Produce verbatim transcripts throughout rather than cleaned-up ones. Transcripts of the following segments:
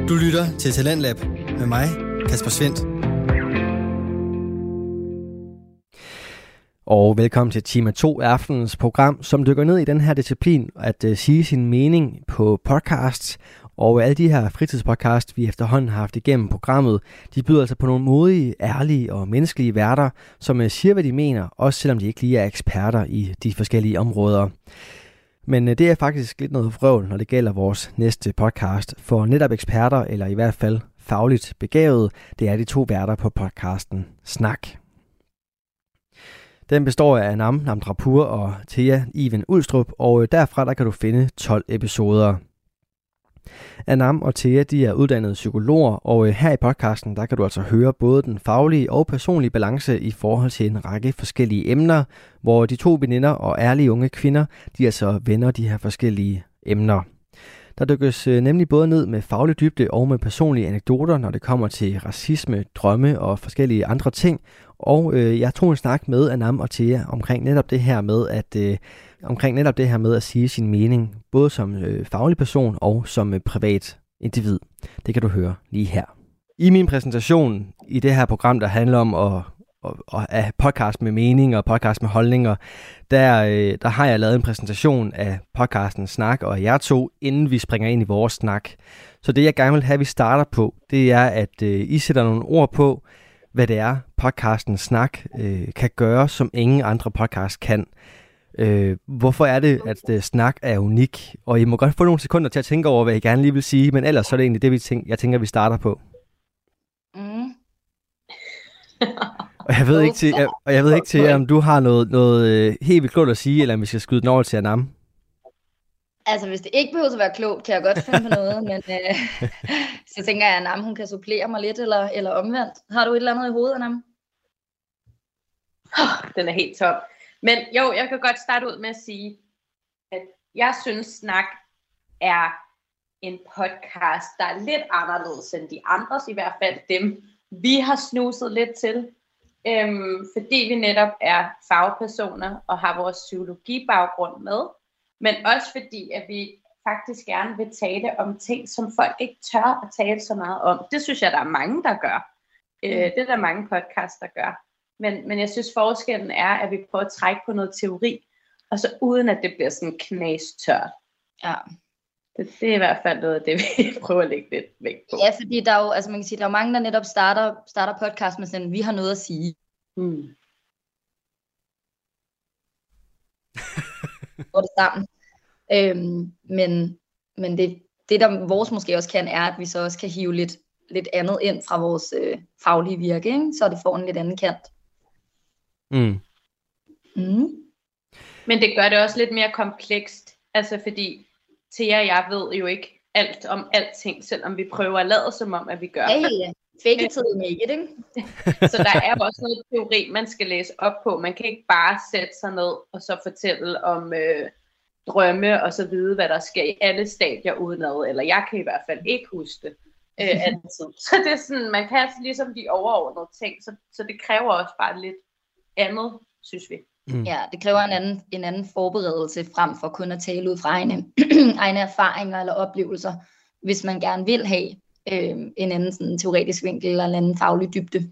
Du lytter til Talentlab med mig, Kasper Svendt. Og velkommen til time to af aftenens program, som dykker ned i den her disciplin at uh, sige sin mening på podcasts. Og alle de her fritidspodcasts, vi efterhånden har haft igennem programmet, de byder altså på nogle modige, ærlige og menneskelige værter, som uh, siger, hvad de mener, også selvom de ikke lige er eksperter i de forskellige områder. Men uh, det er faktisk lidt noget vrøvl, når det gælder vores næste podcast, for netop eksperter, eller i hvert fald fagligt begavet, det er de to værter på podcasten Snak. Den består af Anam Namdrapur og Thea Iven Ulstrup, og derfra der kan du finde tolv episoder. Anam og Thea, de er uddannede psykologer, og her i podcasten der kan du altså høre både den faglige og personlige balance i forhold til en række forskellige emner, hvor de to veninder og ærlige unge kvinder, de altså vender de her forskellige emner. Der dykkes nemlig både ned med faglig dybde og med personlige anekdoter, når det kommer til racisme, drømme og forskellige andre ting. Og øh, jeg tog en snak med Anam og Thea omkring netop det her med at øh, omkring netop det her med at sige sin mening, både som øh, faglig person og som øh, privat individ. Det kan du høre lige her. I min præsentation i det her program, der handler om at og, og af podcast med mening og podcast med holdninger, der, øh, der har jeg lavet en præsentation af podcasten Snak og jer to, inden vi springer ind i vores snak. Så det jeg gerne vil have, vi starter på, det er, at øh, I sætter nogle ord på, hvad det er, podcasten Snak øh, kan gøre, som ingen andre podcast kan. Øh, hvorfor er det, at øh, Snak er unik? Og I må godt få nogle sekunder til at tænke over, hvad I gerne lige vil sige, men ellers så er det egentlig det, vi tænker, jeg tænker, vi starter på. Mm. Og jeg ved ikke til, jeg, og jeg ved ikke til, om du har noget, noget øh, helt vildt klogt at sige, eller om vi skal skyde den over til Anam. Altså, hvis det ikke behøver at være klogt, kan jeg godt finde på noget, men øh, så tænker jeg, at Anam, hun kan supplere mig lidt, eller, eller omvendt. Har du et eller andet i hovedet, Anam? Oh, den er helt tom. Men jo, jeg kan godt starte ud med at sige, at jeg synes, Snak er en podcast, der er lidt anderledes end de andres, i hvert fald dem, vi har snuset lidt til. Øhm, fordi vi netop er fagpersoner og har vores psykologibaggrund med, men også fordi, at vi faktisk gerne vil tale om ting, som folk ikke tør at tale så meget om. Det synes jeg, der er mange, der gør. Øh, det er der mange podcasts, der gør. Men, men jeg synes, forskellen er, at vi prøver at trække på noget teori, og så uden at det bliver sådan knastørt. Ja. Det, det er i hvert fald noget af det, vi prøver at lægge lidt væk på. Ja, fordi der er jo, altså man kan sige, der er mange, der netop starter, starter podcast med sådan, vi har noget at sige. Hmm. Går det sammen. Øhm, men men det, det, der vores måske også kan, er, at vi så også kan hive lidt, lidt andet ind fra vores øh, faglige virke, ikke? Så det får en lidt anden kant. Mm. Mm. Men det gør det også lidt mere komplekst, altså fordi Thea og jeg ved jo ikke alt om alting, selvom vi prøver at lade som om, at vi gør. Ja, ja. Fake it till you make it, ikke? Så der er også noget teori, man skal læse op på. Man kan ikke bare sætte sig ned og så fortælle om øh, drømme og så vide, hvad der sker i alle stadier udenad. Eller jeg kan i hvert fald ikke huske det øh, altid. Så det er sådan, man kan altså ligesom de overordnede ting, så, så det kræver også bare lidt andet, synes vi. Mm. Ja, det kræver en anden, en anden forberedelse frem for kun at tale ud fra egne, egne erfaringer eller oplevelser, hvis man gerne vil have øh, en anden sådan, teoretisk vinkel eller en anden faglig dybde.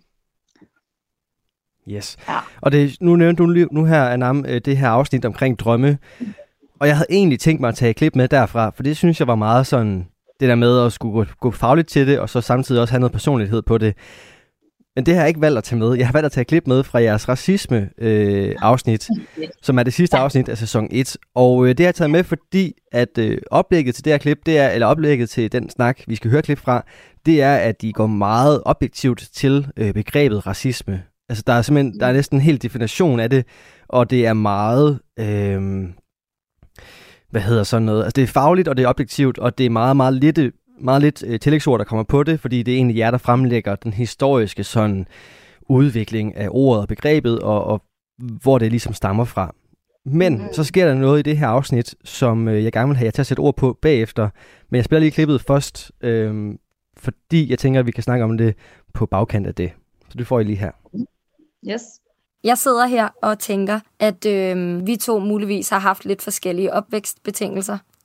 Yes. Ja. Og det, nu nævnte du nu her, Anam, det her afsnit omkring drømme. Og jeg havde egentlig tænkt mig at tage et klip med derfra, for det synes jeg var meget sådan, det der med at skulle gå, gå fagligt til det, og så samtidig også have noget personlighed på det. Men det har jeg ikke valgt at tage med. Jeg har valgt at tage et klip med fra jeres racisme-afsnit, øh, som er det sidste afsnit af sæson et. Og øh, det har jeg taget med, fordi at øh, oplægget til det her klip, det er, eller oplægget til den snak, vi skal høre klip fra, det er, at de går meget objektivt til øh, begrebet racisme. Altså der er simpelthen, der er næsten en hel definition af det, og det er meget, øh, hvad hedder sådan noget, altså det er fagligt, og det er objektivt, og det er meget, meget lidt, meget lidt øh, tillægsord, der kommer på det, fordi det er egentlig jer, der fremlægger den historiske sådan udvikling af ordet og begrebet, og, og hvor det ligesom stammer fra. Men mm. så sker der noget i det her afsnit, som øh, jeg gerne vil have jer til at sætte ord på bagefter, men jeg spiller lige klippet først, øh, fordi jeg tænker, at vi kan snakke om det på bagkant af det. Så det får I lige her. Yes. Jeg sidder her og tænker, at øh, vi to muligvis har haft lidt forskellige opvækstbetingelser.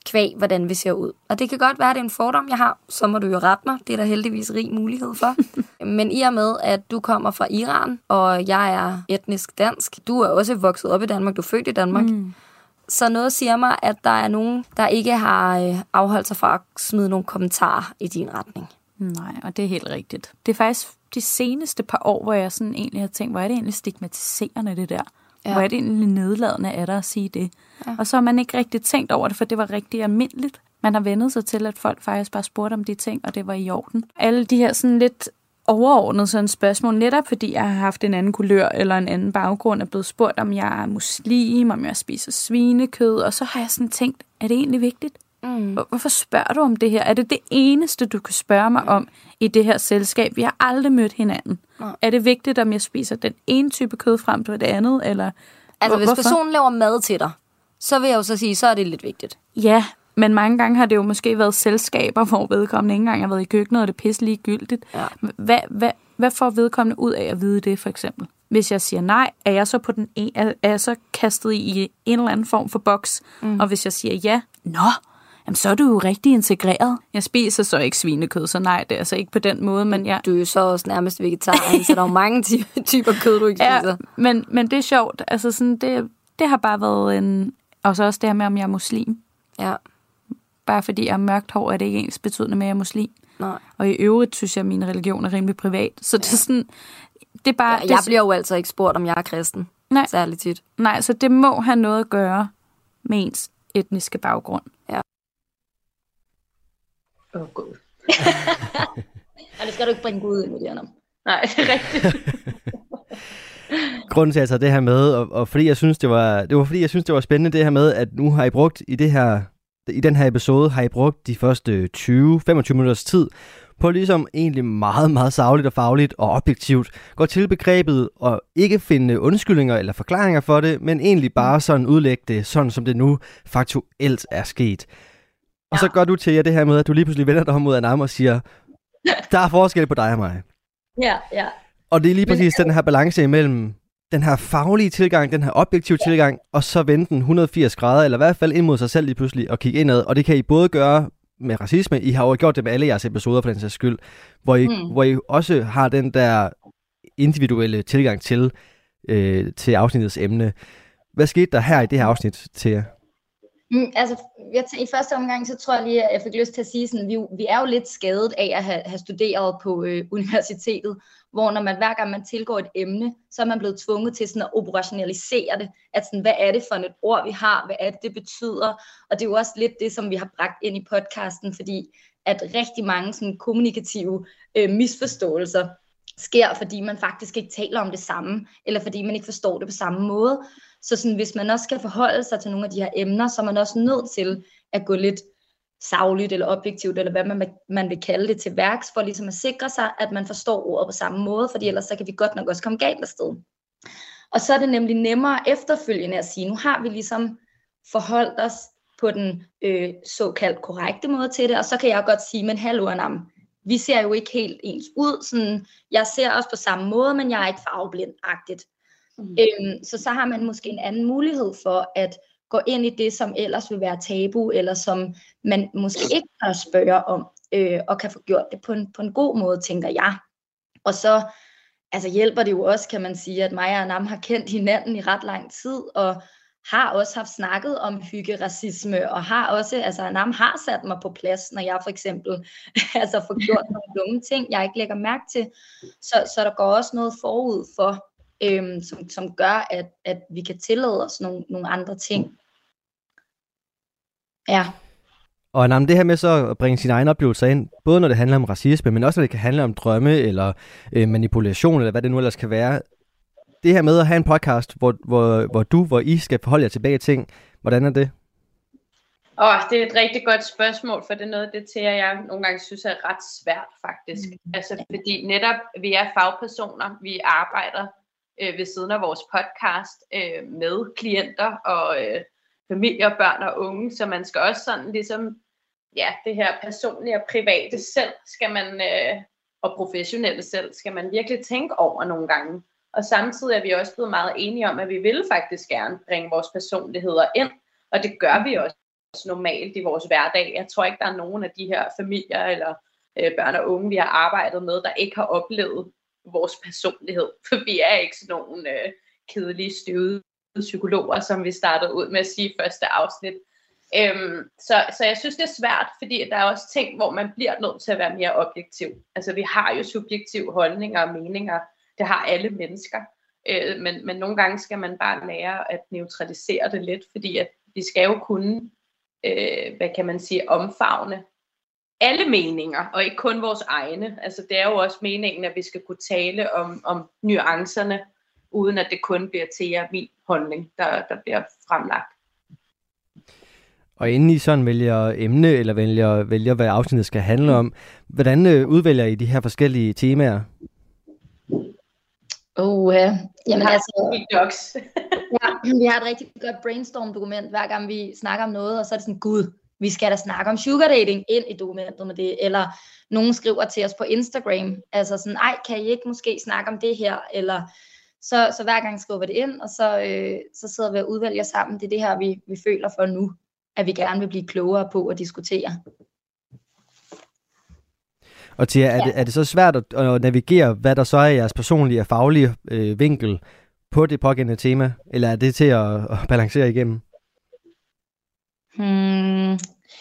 kvæg, hvordan vi ser ud. Og det kan godt være, at det er en fordom, jeg har, så må du jo rette mig. Det er der heldigvis rig mulighed for. Men i og med, at du kommer fra Iran, og jeg er etnisk dansk, du er også vokset op i Danmark, du er født i Danmark, mm. så noget siger mig, at der er nogen, der ikke har afholdt sig fra at smide nogle kommentarer i din retning. Nej, og det er helt rigtigt. Det er faktisk de seneste par år, hvor jeg sådan egentlig har tænkt, hvor er det egentlig stigmatiserende det der? Ja. Hvor er det egentlig nedladende af dig at sige det? Ja. Og så har man ikke rigtig tænkt over det, for det var rigtig almindeligt. Man har vendet sig til, at folk faktisk bare spurgte om de ting, og det var i orden. Alle de her sådan lidt overordnede sådan spørgsmål, netop fordi jeg har haft en anden kulør eller en anden baggrund, er blevet spurgt, om jeg er muslim, om jeg spiser svinekød, og så har jeg sådan tænkt, er det egentlig vigtigt? Mm. Hvorfor spørger du om det her? Er det det eneste, du kan spørge mig om i det her selskab? Vi har aldrig mødt hinanden. Mm. Er det vigtigt, om jeg spiser den ene type kød frem til det andet? Eller altså, hvis personen laver mad til dig, så vil jeg jo så sige, så er det lidt vigtigt. Ja, men mange gange har det jo måske været selskaber, hvor vedkommende ikke engang har været i køkkenet, og det er pisse ligegyldigt. Ja. Hvad, hvad, hvad får vedkommende ud af at vide det, for eksempel? Hvis jeg siger nej, er jeg så på den en, er jeg så kastet i en eller anden form for boks? Mm. Og hvis jeg siger ja, nå, jamen, så er du jo rigtig integreret. Jeg spiser så ikke svinekød, så nej, det er altså ikke på den måde, men jeg... Du er jo så også nærmest vegetar, så der er jo mange ty- typer kød, du ikke spiser. Ja, men, men det er sjovt. Altså sådan, det, det har bare været en... Og så også det her med, om jeg er muslim. Ja. Bare fordi jeg er mørkt hår, er det ikke ens betydende med, at jeg er muslim. Nej. Og i øvrigt synes jeg, at min religion er rimelig privat. Så det er sådan... Det er bare, ja, jeg det, bliver jo altså ikke spurgt, om jeg er kristen. Nej. Særligt tit. Nej, så det må have noget at gøre med ens etniske baggrund. Ja. Åh, oh, Gud. Ja, det skal du ikke bringe Gud ind i det her. Nej, det er rigtigt. Grunden til altså det her med, og, og fordi jeg synes det var, det var fordi jeg synes det var spændende det her med, at nu har I brugt i det her, i den her episode har I brugt de første tyve til femogtyve minutters tid på ligesom egentlig meget, meget sagligt og fagligt og objektivt gå til begrebet og ikke finde undskyldninger eller forklaringer for det, men egentlig bare sådan udlægge det, sådan som det nu faktuelt er sket. Og ja. Så gør du til jer det her med, at du lige pludselig vender dig om mod Anam og siger, der er forskel på dig og mig. Ja, ja. Og det er lige præcis men, den her balance imellem den her faglige tilgang, den her objektive ja. tilgang, og så vende den et hundrede og firs grader, eller i hvert fald ind mod sig selv lige pludselig og kigge indad. Og det kan I både gøre med racisme, I har jo gjort det med alle jeres episoder for den sags skyld, hvor I, mm. hvor I også har den der individuelle tilgang til, øh, til afsnittets emne. Hvad skete der her i det her afsnit til jer? Mm, altså, jeg t- i første omgang, så tror jeg lige, at jeg fik lyst til at sige, sådan, vi, vi er jo lidt skadet af at have, have studeret på øh, universitetet, hvor når man hver gang man tilgår et emne, så er man blevet tvunget til sådan at operationalisere det, at sådan, hvad er det for et ord, vi har, hvad er det, det betyder, og det er jo også lidt det, som vi har bragt ind i podcasten, fordi at rigtig mange sådan, kommunikative øh, misforståelser sker, fordi man faktisk ikke taler om det samme, eller fordi man ikke forstår det på samme måde. Så sådan, hvis man også skal forholde sig til nogle af de her emner, så er man også nødt til at gå lidt sagligt eller objektivt, eller hvad man, man vil kalde det, til værks, for ligesom at sikre sig, at man forstår ordet på samme måde, fordi ellers så kan vi godt nok også komme galt afsted. Og så er det nemlig nemmere efterfølgende at sige, nu har vi ligesom forholdt os på den øh, såkaldt korrekte måde til det, og så kan jeg godt sige, men hallo Anam, vi ser jo ikke helt ens ud, sådan, jeg ser også på samme måde, men jeg er ikke farveblind-agtigt. Mm. Øhm, så så har man måske en anden mulighed for at gå ind i det, som ellers vil være tabu, eller som man måske ikke kan spørge om, øh, og kan få gjort det på en, på en god måde, tænker jeg. Og så altså hjælper det jo også, kan man sige, at mig og Anam har kendt hinanden i ret lang tid, og har også haft snakket om hyggeracisme, og har også, altså Anam har sat mig på plads, når jeg for eksempel altså får gjort nogle dumme ting, jeg ikke lægger mærke til. Så, så der går også noget forud for, Øhm, som, som gør, at, at vi kan tillade os nogle, nogle andre ting. Ja. Og Anam, det her med så at bringe sine egne oplevelser ind, både når det handler om racisme, men også når det kan handle om drømme, eller øh, manipulation, eller hvad det nu ellers kan være. Det her med at have en podcast, hvor, hvor, hvor du, hvor I skal forholde jer tilbage til ting, hvordan er det? Åh, oh, det er et rigtig godt spørgsmål, for det er noget af det til, at jeg nogle gange synes er ret svært faktisk. Mm. Altså fordi netop vi er fagpersoner, vi arbejder øh, ved siden af vores podcast øh, med klienter og øh, familier, børn og unge, så man skal også sådan ligesom, ja, det her personlige og private selv, skal man, øh, og professionelle selv, skal man virkelig tænke over nogle gange. Og samtidig er vi også blevet meget enige om, at vi vil faktisk gerne bringe vores personligheder ind, og det gør vi også normalt i vores hverdag. Jeg tror ikke, der er nogen af de her familier eller øh, børn og unge, vi har arbejdet med, der ikke har oplevet vores personlighed. For vi er ikke sådan nogle øh, kedelige, støvede psykologer, som vi startede ud med at sige i første afsnit. Øhm, så, så jeg synes, det er svært, fordi der er også ting, hvor man bliver nødt til at være mere objektiv. Altså vi har jo subjektive holdninger og meninger. Det har alle mennesker. Øh, men, men nogle gange skal man bare lære at neutralisere det lidt, fordi at vi skal jo kunne, øh, hvad kan man sige, omfavne alle meninger, og ikke kun vores egne. Altså det er jo også meningen, at vi skal kunne tale om, om nuancerne, uden at det kun bliver til jer min holdning, der, der bliver fremlagt. Og inden I sådan vælger emne, eller vælger, vælger hvad afsnittet skal handle om, hvordan øh, udvælger I de her forskellige temaer? Oh, uh, jamen altså, ja, vi har et rigtig godt brainstorm-dokument, hver gang vi snakker om noget, og så er det sådan, gud, vi skal da snakke om sugar dating ind i dokumentet med det, eller nogen skriver til os på Instagram, altså sådan, ej, kan I ikke måske snakke om det her, eller så, så hver gang skriver vi det ind, og så, øh, så sidder vi og udvælger sammen, det er det her, vi, vi føler for nu, at vi gerne vil blive klogere på at diskutere. Og Thea, er, ja. det, er det så svært at, at navigere, hvad der så er jeres personlige og faglige øh, vinkel på det pågældende tema, eller er det til at, at balancere igennem? Hmm.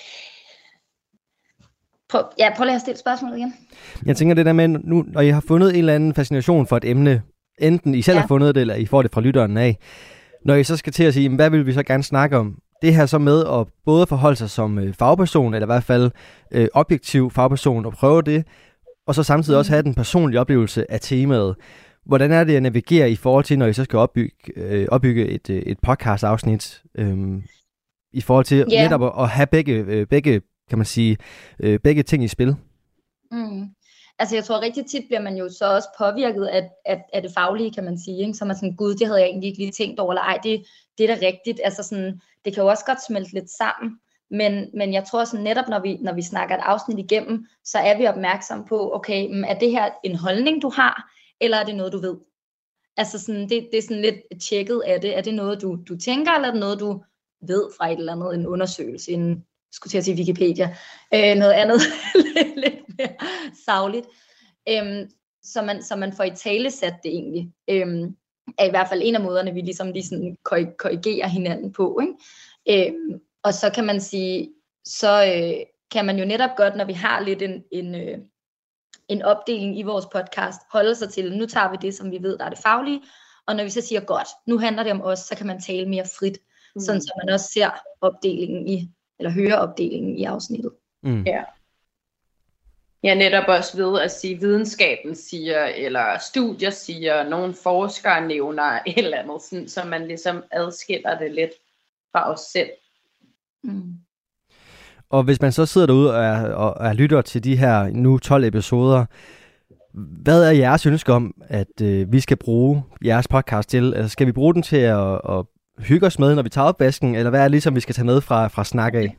Prøv, ja, prøv lige at stille spørgsmålet igen. Jeg tænker det der med, nu, når I har fundet en eller anden fascination for et emne, enten I selv ja. har fundet det, eller I får det fra lytteren af, når I så skal til at sige, hvad vil vi så gerne snakke om? Det her så med at både forholde sig som øh, fagperson, eller i hvert fald øh, objektiv fagperson, og prøve det, og så samtidig også have den personlige oplevelse af temaet. Hvordan er det at navigere i forhold til, når I så skal opbygge, øh, opbygge et, øh, et podcast-afsnit, øh, i forhold til yeah. netop at, at have begge, øh, begge, kan man sige, øh, begge ting i spil? Mm. Altså jeg tror rigtig tit bliver man jo så også påvirket af, af, af det faglige, kan man sige, ikke? Så man sådan, gud, det havde jeg egentlig ikke lige tænkt over, eller ej, det, det er da rigtigt, altså sådan, det kan jo også godt smelte lidt sammen, men, men jeg tror sådan netop, når vi, når vi snakker et afsnit igennem, så er vi opmærksom på, okay, er det her en holdning, du har, eller er det noget, du ved? Altså sådan, det, det er sådan lidt tjekket af det, er det noget, du, du tænker, eller er det noget, du ved fra et eller andet, en undersøgelse, en, skulle til at sige Wikipedia, øh, noget andet, lidt, lidt mere sagligt, øhm, så, man, så man får i tale sat det egentlig, øhm, er i hvert fald en af måderne, vi ligesom lige sådan korrigerer hinanden på, ikke? Øhm, og så kan man sige, så øh, kan man jo netop godt, når vi har lidt en, en, øh, en opdeling i vores podcast, holde sig til, nu tager vi det, som vi ved, der er det faglige, og når vi så siger, godt, nu handler det om os, så kan man tale mere frit, mm. sådan så man også ser opdelingen i, eller hører opdelingen i afsnittet. Mm. Ja. Ja, netop også ved at sige, videnskaben siger, eller studier siger, nogle forskere nævner et eller andet, sådan, så man ligesom adskiller det lidt fra os selv. Mm. Og hvis man så sidder derude og er, og er lytter til de her nu tolv episoder, hvad er jeres ønske om, at øh, vi skal bruge jeres podcast til? Altså, skal vi bruge den til at, at hygge os med, når vi tager opvasken, eller hvad er det ligesom, vi skal tage med fra, fra snak af?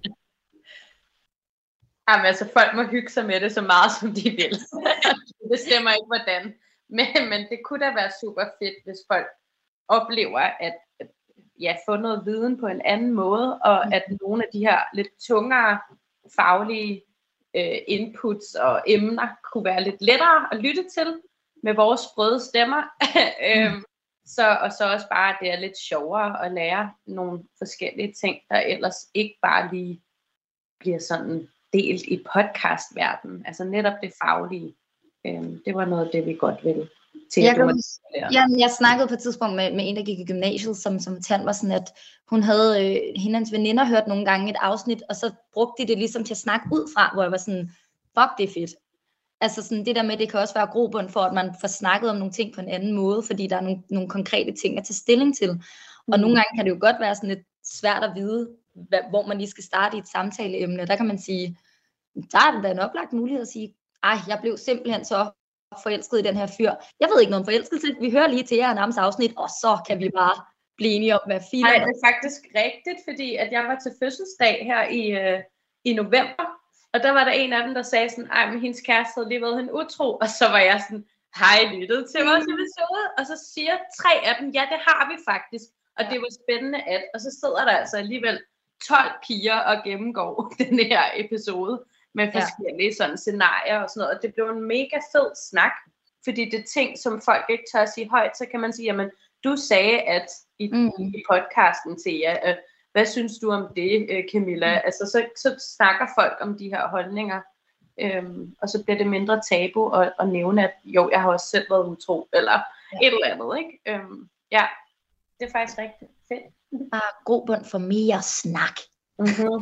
Jamen altså, folk må hygge sig med det så meget, som de vil. Det bestemmer ikke, hvordan. Men, men det kunne da være super fedt, hvis folk oplever at, at ja, få noget viden på en anden måde, og at nogle af de her lidt tungere faglige øh, inputs og emner kunne være lidt lettere at lytte til med vores sprøde stemmer. øhm, så, og så også bare, at det er lidt sjovere at lære nogle forskellige ting, der ellers ikke bare lige bliver sådan delt i podcastverdenen. Altså netop det faglige. Øhm, det var noget af det, vi godt ville til. Jeg, kan, jeg, jeg snakkede på et tidspunkt med, med en, der gik i gymnasiet, som, som fortalte mig sådan, at hun havde, øh, hendes veninder hørt nogle gange et afsnit, og så brugte de det ligesom til at snakke ud fra, hvor jeg var sådan, fuck, det er fedt. Altså sådan det der med, det kan også være grobund for, at man får snakket om nogle ting på en anden måde, fordi der er nogle, nogle konkrete ting at tage stilling til. Og mm. nogle gange kan det jo godt være sådan lidt svært at vide, hvad, hvor man lige skal starte i et samtaleemne. Der kan man sige, der er da en oplagt mulighed at sige, ej, jeg blev simpelthen så forelsket i den her fyr. Jeg ved ikke noget om forelskelse. Vi hører lige til jer nærmest afsnit, og så kan vi bare blive enige om, hvad fint er. Nej, det er faktisk rigtigt, fordi at jeg var til fødselsdag her i, øh, i november, og der var der en af dem, der sagde sådan, ej, men hendes kæreste havde lige været hende utro, og så var jeg sådan, hej, lyttet til vores episode, og så siger tre af dem, ja, det har vi faktisk, og det var spændende at, og så sidder der altså alligevel tolv piger og gennemgår den her episode med forskellige ja. sådan scenarier og sådan noget. Og det blev en mega fed snak, fordi det er ting, som folk ikke tør at sige højt, så kan man sige, jamen, du sagde, at i, mm. i podcasten til jer, øh, hvad synes du om det, øh, Camilla? Mm. Altså, så, så snakker folk om de her holdninger, øhm, og så bliver det mindre tabu at, at nævne, at jo, jeg har også selv været utro, eller ja. et eller andet, ikke? Øhm, ja, det er faktisk rigtig fedt. Bare grobund for mere snak. Mm-hmm.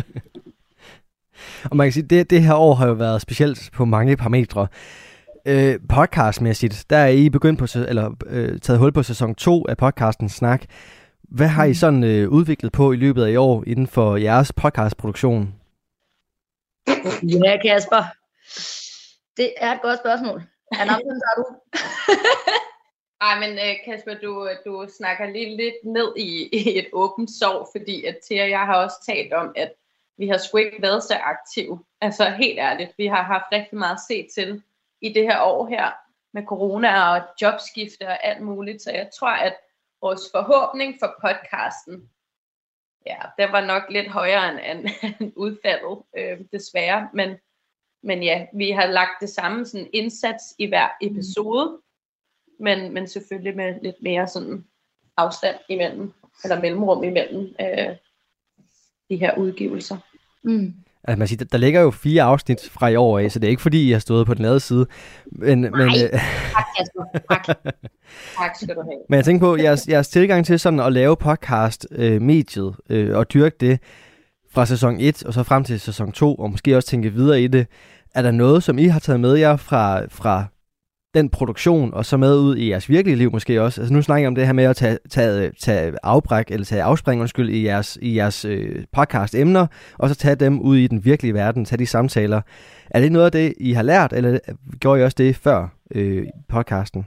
Og man kan sige, det, det her år har jo været specielt på mange parametre. Øh, podcastmæssigt, der er I begyndt på, eller øh, taget hul på sæson to af podcasten Snak. Hvad har I sådan øh, udviklet på i løbet af i år inden for jeres podcastproduktion? Ja, Kasper. Det er et godt spørgsmål. Anna, hvad har du? Ej, men uh, Kasper, du, du snakker lige lidt ned i, i et åbent sår, fordi at Thea og jeg har også talt om, at vi har sgu ikke været så aktive. Altså helt ærligt, vi har haft rigtig meget at se til i det her år her, med corona og jobskifte og alt muligt. Så jeg tror, at vores forhåbning for podcasten, ja, den var nok lidt højere end, end udfaldet, øh, desværre. Men, men ja, vi har lagt det samme sådan indsats i hver episode, men, men selvfølgelig med lidt mere sådan afstand imellem, eller mellemrum imellem øh, de her udgivelser. Mm. Altså man siger, der ligger jo fire afsnit fra i år af, så det er ikke fordi, I har stået på den lade side. Men, Nej, men, tak Kasper, tak. Tak skal du have. Men jeg tænker på, jeres, jeres tilgang til sådan at lave podcast-mediet øh, øh, og dyrke det fra sæson et og så frem til sæson to, og måske også tænke videre i det. Er der noget, som I har taget med jer fra, fra den produktion, og så med ud i jeres virkelige liv måske også? Altså nu snakker jeg om det her med at tage, tage, tage afbræk, eller tage afspring, undskyld, i jeres, i jeres øh, podcast-emner, og så tage dem ud i den virkelige verden, tage de samtaler. Er det noget af det, I har lært, eller gjorde I også det før øh, podcasten?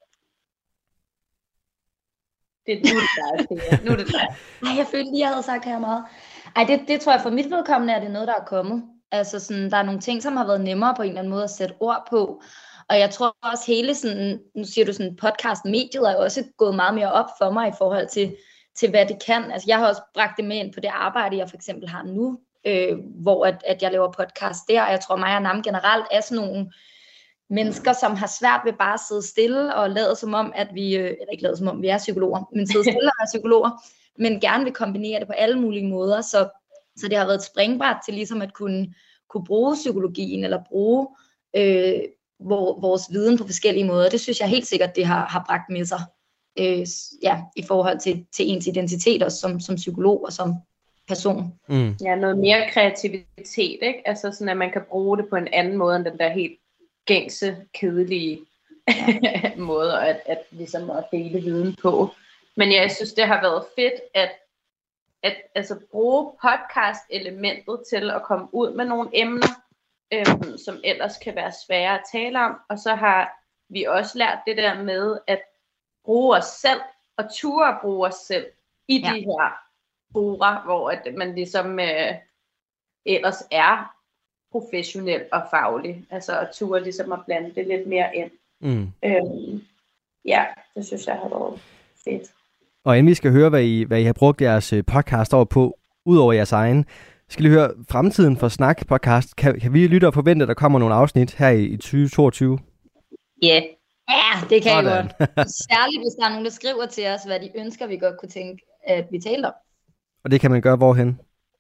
Det er nu det dig, nu er det dig. Nej, jeg følte lige, jeg havde sagt her meget. Ej, det, det tror jeg for mit vedkommende er det noget, der er kommet. Altså sådan, der er nogle ting, som har været nemmere på en eller anden måde at sætte ord på. Og jeg tror også hele sådan, nu siger du sådan, podcast-mediet er også gået meget mere op for mig i forhold til, til hvad det kan. Altså jeg har også bragt det med ind på det arbejde, jeg for eksempel har nu, øh, hvor at, at jeg laver podcast der. Og jeg tror mig og Nam generelt er sådan nogle mennesker, som har svært ved bare at sidde stille og lade som om, at vi, øh, eller ikke lade som om vi er psykologer, men sidde stille og er psykologer, men gerne vil kombinere det på alle mulige måder. Så, så det har været et springbræt til ligesom at kunne, kunne bruge psykologien, eller bruge øh, hvor, vores viden på forskellige måder. Det synes jeg helt sikkert, det har, har bragt med sig, øh, ja, i forhold til, til ens identitet også som, som psykolog og som person. Mm. Ja, noget mere kreativitet, ikke? Altså sådan, at man kan bruge det på en anden måde, end den der helt gængse, kedelige ja. måde at, at, ligesom at dele viden på. Men ja, jeg synes, det har været fedt, at, at altså, bruge podcast-elementet til at komme ud med nogle emner, øhm, som ellers kan være svære at tale om. Og så har vi også lært det der med at bruge os selv, og ture at bruge os selv i ja. de her fora, hvor at man ligesom øh, ellers er professionel og faglig. Altså at ture ligesom at blande det lidt mere ind. Mm. Øhm, ja, det synes jeg har været fedt. Og inden vi skal høre, hvad I, hvad I har brugt jeres podcast over på, ud over jeres egen, skal I høre fremtiden for Snak podcast. Kan, kan vi lytte og forvente, at der kommer nogle afsnit her i, i tyve toogtyve? Yeah. Ja, det kan jeg godt. Særligt hvis der er nogen, der skriver til os, hvad de ønsker, vi godt kunne tænke, at vi taler om. Og det kan man gøre hvorhen?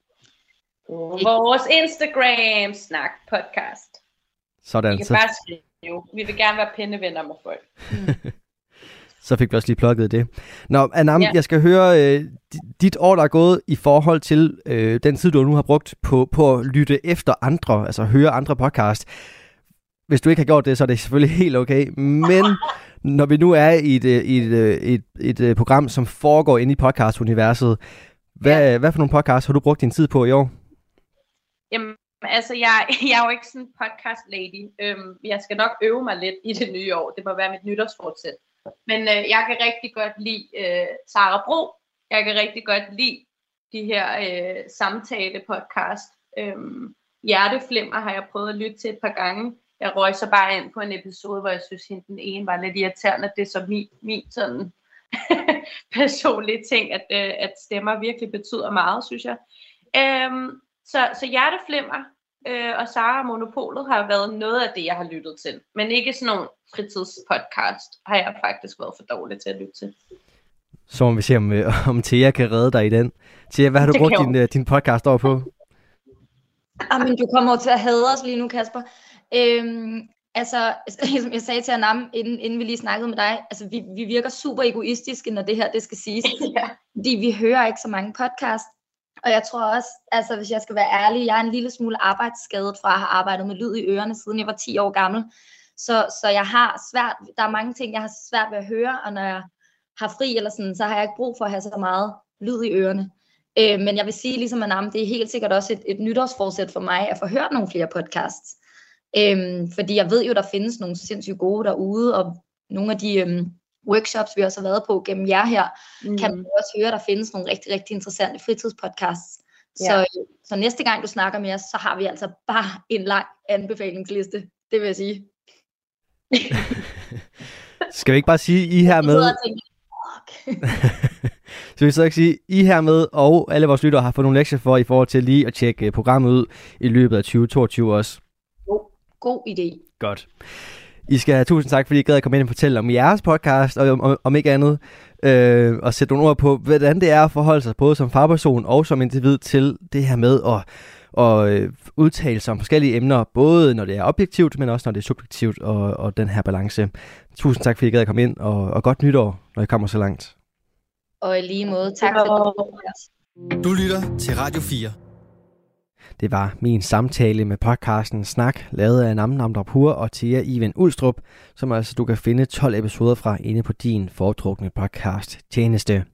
Vores Instagram Snak podcast. Sådan. Vi kan så... bare skrive. Vi vil gerne være pindevenner med folk. Mm. Så fik vi også lige plukket det. Nå, Anam, ja. jeg skal høre øh, dit år, der er gået i forhold til øh, den tid, du nu har brugt på, på at lytte efter andre, altså høre andre podcast. Hvis du ikke har gjort det, så er det selvfølgelig helt okay. Men når vi nu er i et, et, et, et, et program, som foregår inde i podcast-universet, hvad, ja. hvad for nogle podcasts har du brugt din tid på i år? Jamen, altså, jeg, jeg er jo ikke sådan en podcast-lady. Øhm, jeg skal nok øve mig lidt i det nye år. Det må være mit nytårsfortsæt. Men øh, jeg kan rigtig godt lide øh, Sara Bro. Jeg kan rigtig godt lide de her øh, samtale-podcast. Øhm, Hjerteflimmer har jeg prøvet at lytte til et par gange. Jeg røg så bare ind på en episode, hvor jeg synes, at den ene var lidt irriterende. Det er så min, min sådan personlige ting, at, øh, at stemmer virkelig betyder meget, synes jeg. Øhm, så, så Hjerteflimmer øh, og Sara og Monopolet har været noget af det, jeg har lyttet til. Men ikke sådan nogle fritidspodcast har jeg faktisk været for dårlig til at lytte til. Så må vi se, om, om Thea kan redde dig i den. Thea, hvad har du det brugt din, din podcast over på? Jamen, du kommer til at hade os lige nu, Kasper. Øhm, altså, som jeg sagde til Anam, inden, inden vi lige snakkede med dig, altså, vi, vi virker super egoistiske, når det her det skal siges. Ja. Fordi vi hører ikke så mange podcasts. Og jeg tror også, altså hvis jeg skal være ærlig, jeg er en lille smule arbejdsskadet fra at have arbejdet med lyd i ørerne, siden jeg var ti år gammel. Så, så jeg har svært, der er mange ting, jeg har svært ved at høre, og når jeg har fri eller sådan, så har jeg ikke brug for at have så meget lyd i ørerne. Øh, men jeg vil sige, ligesom Anam, det er helt sikkert også et, et nytårsforsæt for mig, at få hørt nogle flere podcasts. Øh, fordi jeg ved jo, der findes nogle sindssygt gode derude, og nogle af de øh, workshops, vi også har været på gennem jer her, mm. kan man også høre, der findes nogle rigtig, rigtig interessante fritidspodcasts. Ja. Så, så næste gang du snakker med os, så har vi altså bare en lang anbefalingsliste. Det vil jeg sige. Skal vi ikke bare sige, I her med... Så vi så ikke sige, I hermed og alle vores lyttere har fået nogle lektier for i forhold til lige at tjekke programmet ud i løbet af tyve toogtyve også. God, god idé. Godt. I skal have tusind tak, fordi I gad at komme ind og fortælle om jeres podcast, og om, om ikke andet, øh, og sætte nogle ord på, hvordan det er at forholde sig både som fagperson og som individ til det her med at og, øh, udtale sig om forskellige emner, både når det er objektivt, men også når det er subjektivt, og, og den her balance. Tusind tak, fordi I gad at komme ind, og, og godt nytår, når I kommer så langt. Og i lige måde, tak for det. Du lytter til Radio fire. Det var min samtale med podcasten Snak, lavet af Anam Namdrapur og Thea Iven Ulstrup, som altså du kan finde tolv episoder fra inde på din foretrukne podcast tjeneste.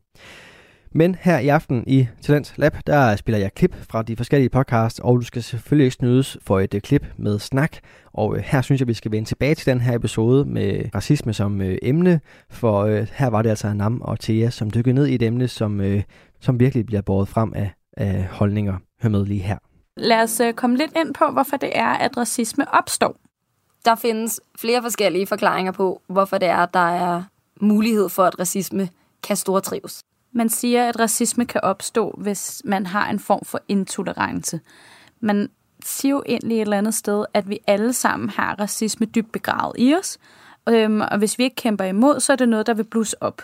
Men her i aften i Talent Lab, der spiller jeg klip fra de forskellige podcasts, og du skal selvfølgelig ikke snydes for et klip med snak. Og her synes jeg, vi skal vende tilbage til den her episode med racisme som øh, emne, for øh, her var det altså Anam og Thea, som dykkede ned i et emne, som, øh, som virkelig bliver båret frem af, af holdninger. Hør med lige her. Lad os øh, komme lidt ind på, hvorfor det er, at racisme opstår. Der findes flere forskellige forklaringer på, hvorfor det er, der er mulighed for, at racisme kan stortrives. Man siger, at racisme kan opstå, hvis man har en form for intolerance. Man siger jo egentlig et eller andet sted, at vi alle sammen har racisme dybt begravet i os. Øhm, og hvis vi ikke kæmper imod, så er det noget, der vil blusse op.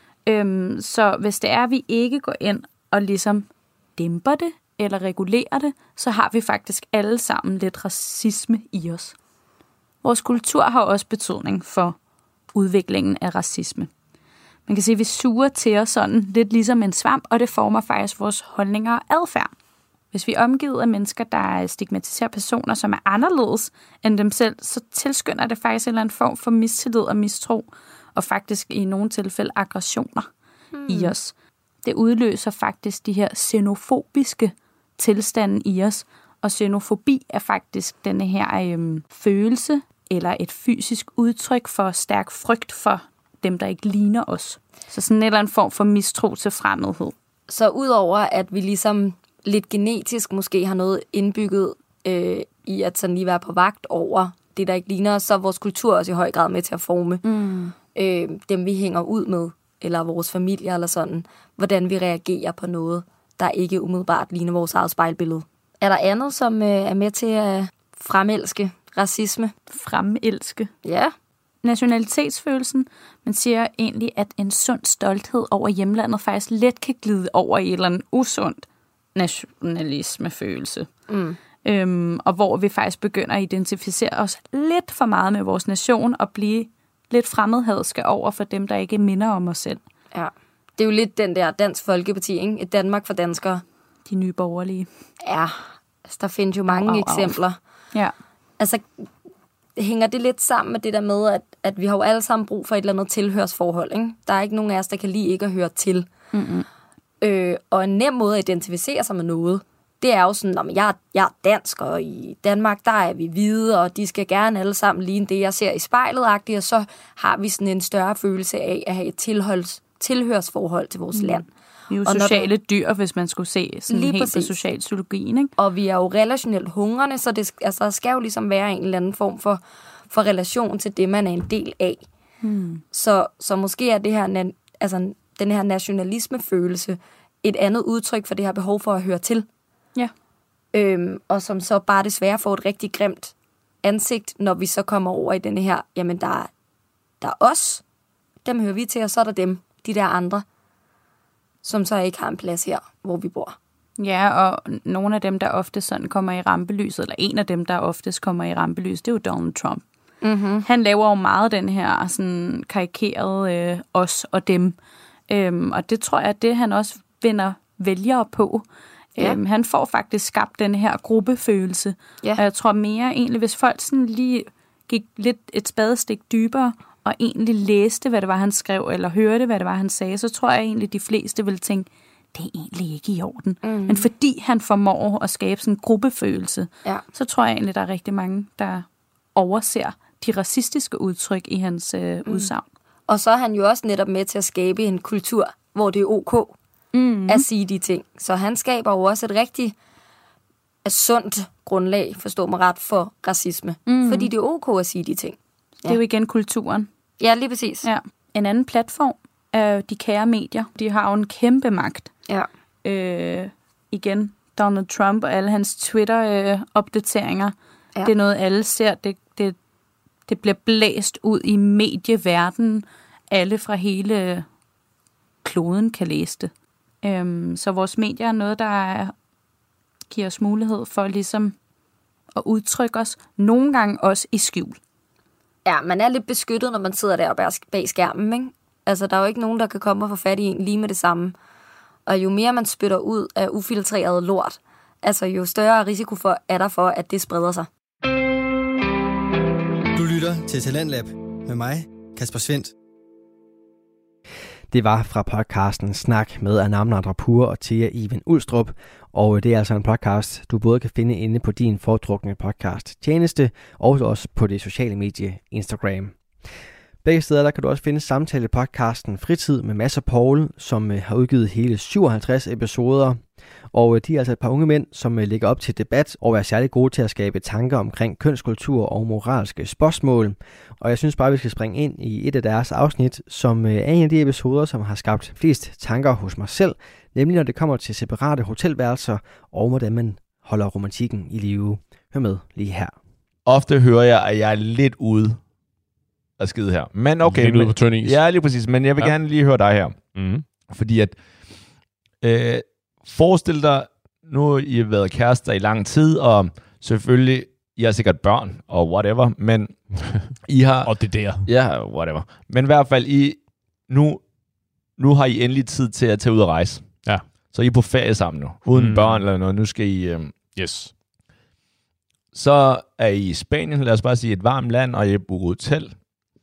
Øhm, så hvis det er, at vi ikke går ind og ligesom dæmper det, eller regulerer det, så har vi faktisk alle sammen lidt racisme i os. Vores kultur har også betydning for udviklingen af racisme. Man kan sige, at vi suger til os sådan lidt ligesom en svamp, og det former faktisk vores holdninger og adfærd. Hvis vi er omgivet af mennesker, der stigmatiserer personer, som er anderledes end dem selv, så tilskynder det faktisk en eller anden form for mistillid og mistro, og faktisk i nogle tilfælde aggressioner hmm. i os. Det udløser faktisk de her xenofobiske tilstande i os, og xenofobi er faktisk denne her øhm, følelse, eller et fysisk udtryk for stærk frygt for dem, der ikke ligner os. Så sådan en eller anden form for mistro til fremmedhed. Så udover at vi ligesom lidt genetisk måske har noget indbygget øh, i at sådan lige være på vagt over det, der ikke ligner os, så er vores kultur også i høj grad med til at forme mm. øh, dem, vi hænger ud med, eller vores familie eller sådan, hvordan vi reagerer på noget, der ikke umiddelbart ligner vores eget spejlbillede. Er der andet, som øh, er med til at fremelske racisme? Fremelske? Ja. Nationalitetsfølelsen. Man siger egentlig, at en sund stolthed over hjemlandet faktisk let kan glide over i et eller andet usundt nationalismefølelse. Mm. Øhm, og hvor vi faktisk begynder at identificere os lidt for meget med vores nation og blive lidt fremmedhadske over for dem, der ikke minder om os selv. Ja, det er jo lidt den der Dansk Folkeparti, ikke? Et Danmark for danskere. De nye borgerlige. Ja, altså, der findes jo mange au, au, eksempler. Au. Ja. Altså, hænger det lidt sammen med det der med, at, at vi har jo alle sammen brug for et eller andet tilhørsforhold, ikke? Der er ikke nogen af os, der kan lide ikke at høre til. Mm-hmm. Øh, og en nem måde at identificere sig med noget, det er jo sådan, at jeg, jeg er dansk, og i Danmark, der er vi hvide, og de skal gerne alle sammen ligne det, jeg ser i spejlet-agtigt, og så har vi sådan en større følelse af at have et tilholds, tilhørsforhold til vores mm. land. Vi er jo og sociale du... dyr, hvis man skulle se sådan helt præcis. På socialpsykologien, ikke? Og vi er jo relationelt hungrende, så det altså, der skal jo ligesom være en eller anden form for, for relation til det, man er en del af. Mm. Så, så måske er det her altså, den her nationalismefølelse et andet udtryk for det her behov for at høre til. Ja. Øhm, og som så bare desværre får et rigtig grimt ansigt, når vi så kommer over i denne her, jamen der er, der er os, dem hører vi til, og så er der dem, de der andre, som så ikke har en plads her, hvor vi bor. Ja, og nogle af dem, der ofte sådan kommer i rampelyset, eller en af dem, der oftest kommer i rampelyset, det er jo Donald Trump. Mm-hmm. Han laver jo meget den her sådan karikerede øh, os og dem. Øhm, og det tror jeg, at det han også vinder vælgere på. Ja. Øhm, han får faktisk skabt den her gruppefølelse. Ja. Og jeg tror mere egentlig, hvis folk sådan lige gik lidt et spadestik dybere, og egentlig læste, hvad det var, han skrev, eller hørte, hvad det var, han sagde, så tror jeg egentlig, de fleste ville tænke, det er egentlig ikke i orden. Mm. Men fordi han formår at skabe sådan en gruppefølelse, ja. så tror jeg egentlig, der er rigtig mange, der overser de racistiske udtryk i hans øh, mm. udsagn. Og så er han jo også netop med til at skabe en kultur, hvor det er ok mm. at sige de ting. Så han skaber jo også et rigtig sundt grundlag, forstår mig ret, for racisme. Mm. Fordi det er ok at sige de ting. Ja. Det er jo igen kulturen. Ja, lige præcis. Ja. En anden platform er de kære medier. De har jo en kæmpe magt. Ja. Øh, igen, Donald Trump og alle hans Twitter-opdateringer. Ja. Det er noget, alle ser. Det, det, det bliver blæst ud i medieverdenen. Alle fra hele kloden kan læse det. Øhm, så vores medier er noget, der er, giver os mulighed for ligesom at udtrykke os. Nogle gange også i skjul. Ja, man er lidt beskyttet, når man sidder der bag skærmen, ikke? Altså, der er jo ikke nogen, der kan komme og få fat i en lige med det samme. Og jo mere man spytter ud af ufiltreret lort, altså jo større risiko for, er der for, at det spreder sig. Du lytter til Talentlab med mig, Kasper Svendt. Det var fra podcasten Snak med Anam Nadrapur og Thea Iben Ulstrup. Og det er altså en podcast, du både kan finde inde på din foretrukne podcast tjeneste, og også på det sociale medie Instagram. Begge steder der kan du også finde samtale-podcasten Fritid med Mads og Paul, som har udgivet hele syvoghalvtreds episoder. Og de er altså et par unge mænd, som lægger op til debat og er særlig gode til at skabe tanker omkring kønskultur og moralske spørgsmål. Og jeg synes bare, vi skal springe ind i et af deres afsnit, som er en af de episoder, som har skabt flest tanker hos mig selv, nemlig når det kommer til separate hotelværelser og hvordan man holder romantikken i live. Hør med lige her. Ofte hører jeg, at jeg er lidt ude at skide her. Men okay. Lidt ude på tynd is. Ja, lige præcis. Men jeg vil ja. gerne lige høre dig her. Mm. Fordi at øh, forestil dig, nu I har været kærester i lang tid, og selvfølgelig, I har sikkert børn, og whatever, men I har... og det der. Ja, whatever. Men i hvert fald, I, nu, nu har I endelig tid til at tage ud og rejse. Ja. Så I er på ferie sammen nu, uden mm. børn eller noget. Nu skal I... Øh, yes. Så er I i Spanien, lad os bare sige et varmt land, og I er booket hotel.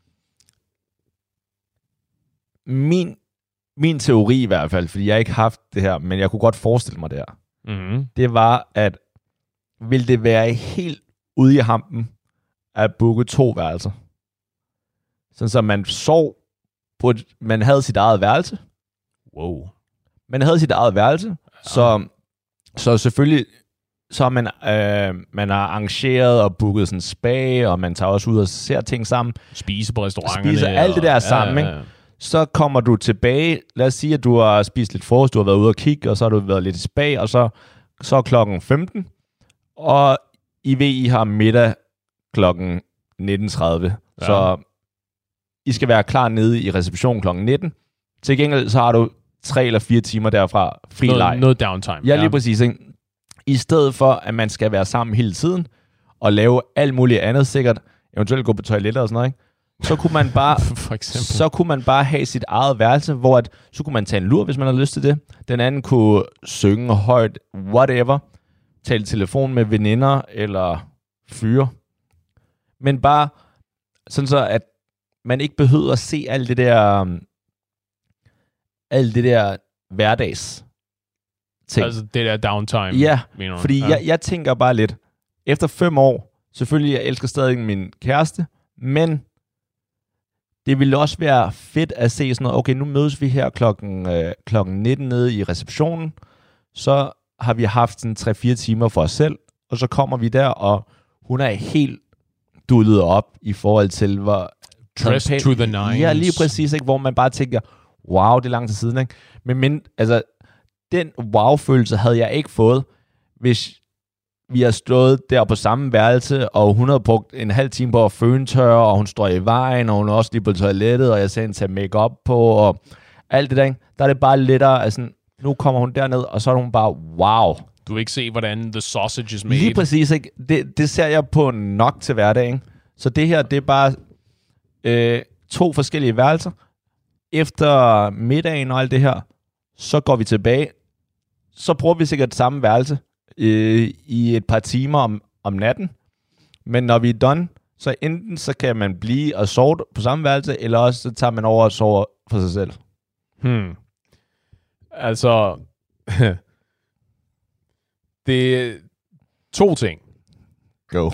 Min, min teori i hvert fald, fordi jeg ikke har haft det her, men jeg kunne godt forestille mig det her, mm. det var, at vil det være helt ude i hampen at booke to værelser? Sådan så man sov på et, man havde sit eget værelse. Wow. Man havde sit eget værelse, ja. så, så selvfølgelig så har man, øh, man har arrangeret og booket sådan spa, og man tager også ud og ser ting sammen. Spise på restauranterne. Spiser alt det der og, sammen, ja, ja, ja. Ikke? Så kommer du tilbage, lad os sige, at du har spist lidt frokost, du har været ude og kigge, og så har du været lidt i spa, og så, så er klokken femten, og I ved, I har middag klokken nitten tredive. Ja. Så I skal være klar nede i receptionen klokken nitten. Til gengæld så har du tre eller fire timer derfra fri leg. Noget, noget downtime. Ja, lige ja. præcis. Ikke? I stedet for, at man skal være sammen hele tiden, og lave alt muligt andet sikkert, eventuelt gå på toiletter og sådan noget, ikke? Så kunne man bare For eksempel. så kunne man bare have sit eget værelse, hvor at, så kunne man tage en lur, hvis man havde lyst til det. Den anden kunne synge højt, whatever, tale telefon med veninder eller fyre. Men bare sådan så, at man ikke behøver at se alt det der um, alt det der hverdags ting. Altså det der downtime. Ja, mener fordi ja. Jeg, jeg tænker bare lidt, efter fem år, selvfølgelig, jeg elsker stadig min kæreste, men det ville også være fedt at se sådan noget, okay, nu mødes vi her klokken, øh, klokken nitten nede i receptionen, så har vi haft sådan tre fire timer for os selv, og så kommer vi der, og hun er helt dullet op i forhold til, hvor... Dressed to the nines. Ja, lige præcis, ikke? Hvor man bare tænker, wow, det er lang tid siden, ikke? Men, men altså, den wow-følelse havde jeg ikke fået, hvis vi har stået der på samme værelse, og hun havde brugt en halv time på at føntørre, og hun står i vejen, og hun er også lige på toilettet, og jeg sagde hende tage make-up på, og alt det der, ikke? Der er det bare lettere, altså, nu kommer hun derned, og så er hun bare, wow. Du vil ikke se, hvordan the sausage is made. Lige præcis, ikke? Det, det ser jeg på nok til hverdag, ikke? Så det her, det er bare øh, to forskellige værelser. Efter middagen og alt det her, så går vi tilbage. Så bruger vi sikkert samme værelse øh, i et par timer om, om natten. Men når vi er done, så enten så kan man blive og sove på samme værelse, eller også så tager man over og sover for sig selv. Hmm. Altså, det er to ting. Go.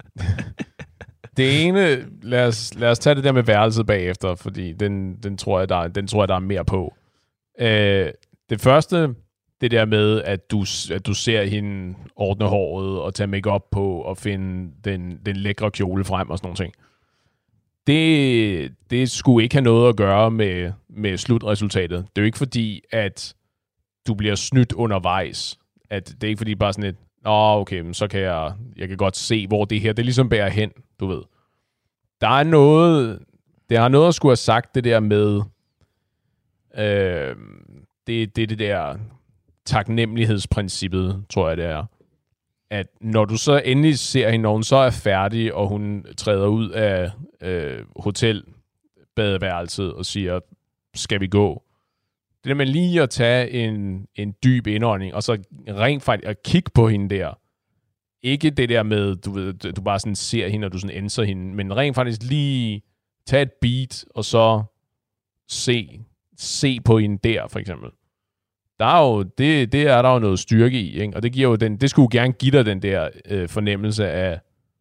Det ene, lad os, lad os tage det der med værelset bagefter, fordi den, den, tror, jeg, der, den tror jeg, der er mere på. Øh, det første, det der med, at du, at du ser hende ordne håret og tage make-up på og finde den, den lækre kjole frem og sådan nogle ting. Det, det skulle ikke have noget at gøre med, med slutresultatet. Det er jo ikke fordi, at du bliver snydt undervejs. At det er ikke fordi bare sådan et, åh, okay, men så kan jeg, jeg kan godt se, hvor det her, det ligesom bærer hen, du ved. Der er noget, det har noget at skulle have sagt, det der med, øh, det, det det der taknemmelighedsprincippet, tror jeg det er. At når du så endelig ser hende, når hun så er færdig, og hun træder ud af øh, hotelbadeværelset og siger, skal vi gå? Det der med lige at tage en, en dyb indånding, og så rent faktisk at kigge på hende der. Ikke det der med, du ved, du bare sådan ser hende, og du sådan enser hende, men rent faktisk lige tage et beat, og så se, se på hende der, for eksempel. Der er jo, det, det er der jo noget styrke i, ikke? Og det giver jo den, det skulle gerne give dig den der øh, fornemmelse af,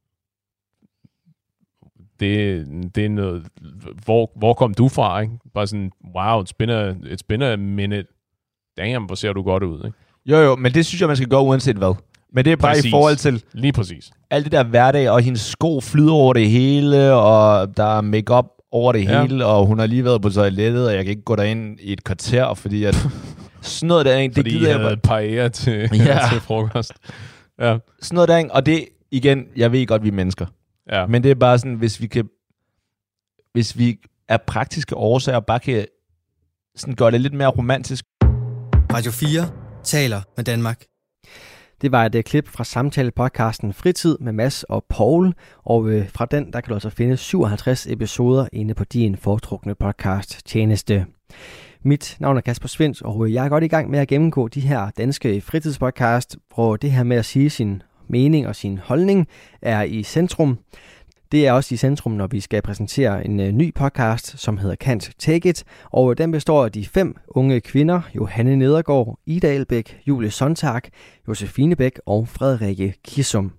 det, det er noget, hvor, hvor kom du fra, ikke? Bare sådan, wow, it's been a, it's been a minute. Damn, hvor ser du godt ud, ikke? Jo, jo, men det synes jeg, man skal gøre uanset hvad. Men det er bare præcis. I forhold til lige præcis. Alt det der hverdag, og hendes sko flyder over det hele, og der er make-up over det ja. hele, og hun har lige været på toilettet, og jeg kan ikke gå derind i et kvarter, fordi at sådan noget der, det fordi gider jeg havde bare... paella til, ja. til frokost. Ja. Sådan noget der, og det, igen, jeg ved godt, vi er mennesker. Ja. Men det er bare sådan, hvis vi kan, hvis vi af praktiske årsager bare kan sådan gøre det lidt mere romantisk. Radio fire taler med Danmark. Det var et klip fra samtale-podcasten Fritid med Mads og Paul, og øh, fra den der kan du altså finde syvoghalvtreds episoder inde på din foretrukne podcast-tjeneste. Mit navn er Kasper Svens, og jeg er godt i gang med at gennemgå de her danske fritidspodcast, hvor det her med at sige sin mening og sin holdning er i centrum. Det er også i centrum, når vi skal præsentere en uh, ny podcast, som hedder Can't Take It, og den består af de fem unge kvinder, Johanne Nedergaard, Ida Elbæk, Julie Sontag, Josefine Bæk og Frederikke Kissum.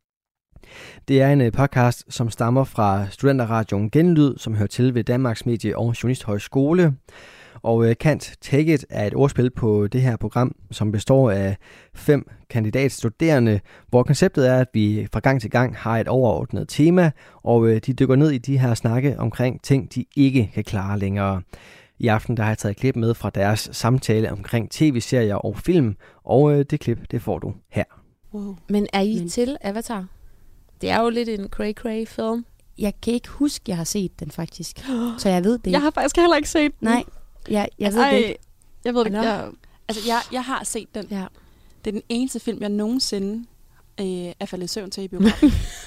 Det er en uh, podcast, som stammer fra Studenterradioen Genlyd, som hører til ved Danmarks Medie- og Journalisthøjskole. Og uh, Can't Take It er et ordspil på det her program, som består af fem kandidatstuderende, hvor konceptet er, at vi fra gang til gang har et overordnet tema, og uh, de dykker ned i de her snakke omkring ting, de ikke kan klare længere. I aften der har jeg taget et klip med fra deres samtale omkring tv-serier og film, og uh, det klip, det får du her. Wow. Men er I Men... til Avatar? Det er jo lidt en cray-cray film. Jeg kan ikke huske, jeg har set den faktisk, så jeg ved det. Jeg har faktisk heller ikke set den. Nej. Ja, jeg altså, ved det ikke. Jeg ved det ikke. Jeg, altså, jeg, jeg har set den. Ja. Det er den eneste film, jeg nogensinde øh, er faldet i søvn til i biografen.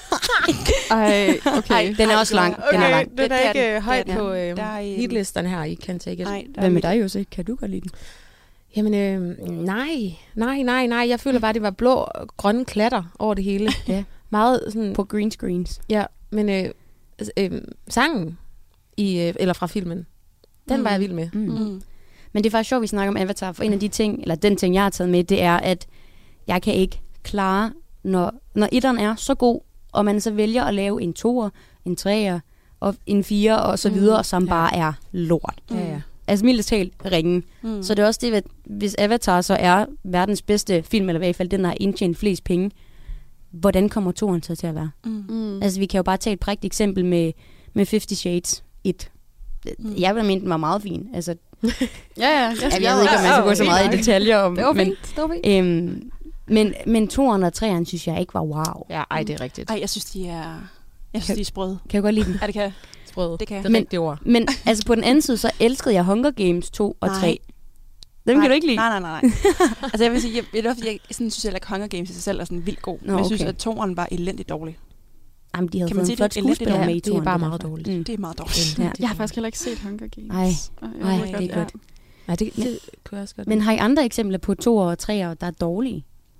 Ej, okay. Ej, den er også lang. Okay, den er lang. Den er ikke den. højt den. på øh, hitlisterne her i Can't Take It. Nej, hvad med dig, Jose? Kan du godt lide den? Jamen, øh, nej. Nej, nej, nej. Jeg føler bare, det var blå grønne klatter over det hele. Ja. Meget sådan... På green screens. Ja, men øh, øh, sangen, i, øh, eller fra filmen, den mm. var jeg vild med. Mm. Mm. Men det er faktisk sjovt, vi snakker om Avatar, for en af de ting, eller den ting, jeg har taget med, det er, at jeg kan ikke klare, når, når etteren er så god, og man så vælger at lave en toer, en treer, og en fire, og så videre, mm. som ja. bare er lort. Mm. Ja, ja. Altså mildest talt ringen. Mm. Så det er også det, at hvis Avatar så er verdens bedste film, eller i hvert fald den, der har indtjent flest penge, hvordan kommer toeren så til at være? Mm. Altså vi kan jo bare tage et prægtigt eksempel med, med Fifty Shades et. Mm. Jeg vil mene, den var meget fin. Altså, ja, ja. Jeg, jeg, jeg ved ikke, om man skal gå så meget i detaljer om. Det var men, fint. Det var fint. Øhm, men, men toeren og treeren synes jeg ikke var wow. Ja, ej, det er rigtigt. Ej, jeg synes, de er, jeg synes, de er sprøde. Kan jeg godt lide dem? Ja, det kan jeg. Sprøde. Det kan jeg. Det er rigtigt ord. Men altså på den anden side, så elskede jeg Hunger Games to og Nej. tre. Dem nej, kan du ikke lide? Nej, nej, nej. altså jeg vil sige, jeg, jeg, jeg, jeg sådan, synes heller ikke, Hunger Games i sig selv er sådan vildt god. Nå, men jeg synes, okay. at toeren var elendigt dårlig. Jamen, de havde Kan man fået sige, en flot det er elendigt skuespiller dårligt? med i Det er toeren. bare i hvert meget fald. dårligt. Mm. Det er meget dårligt. Ja. Jeg har faktisk heller ikke set Hunger Games. Ej. Og jeg Ej, ved det godt, er godt. Nej, det, det kunne jeg også godt. Men har I andre eksempler på toer og treer, der er dårlige?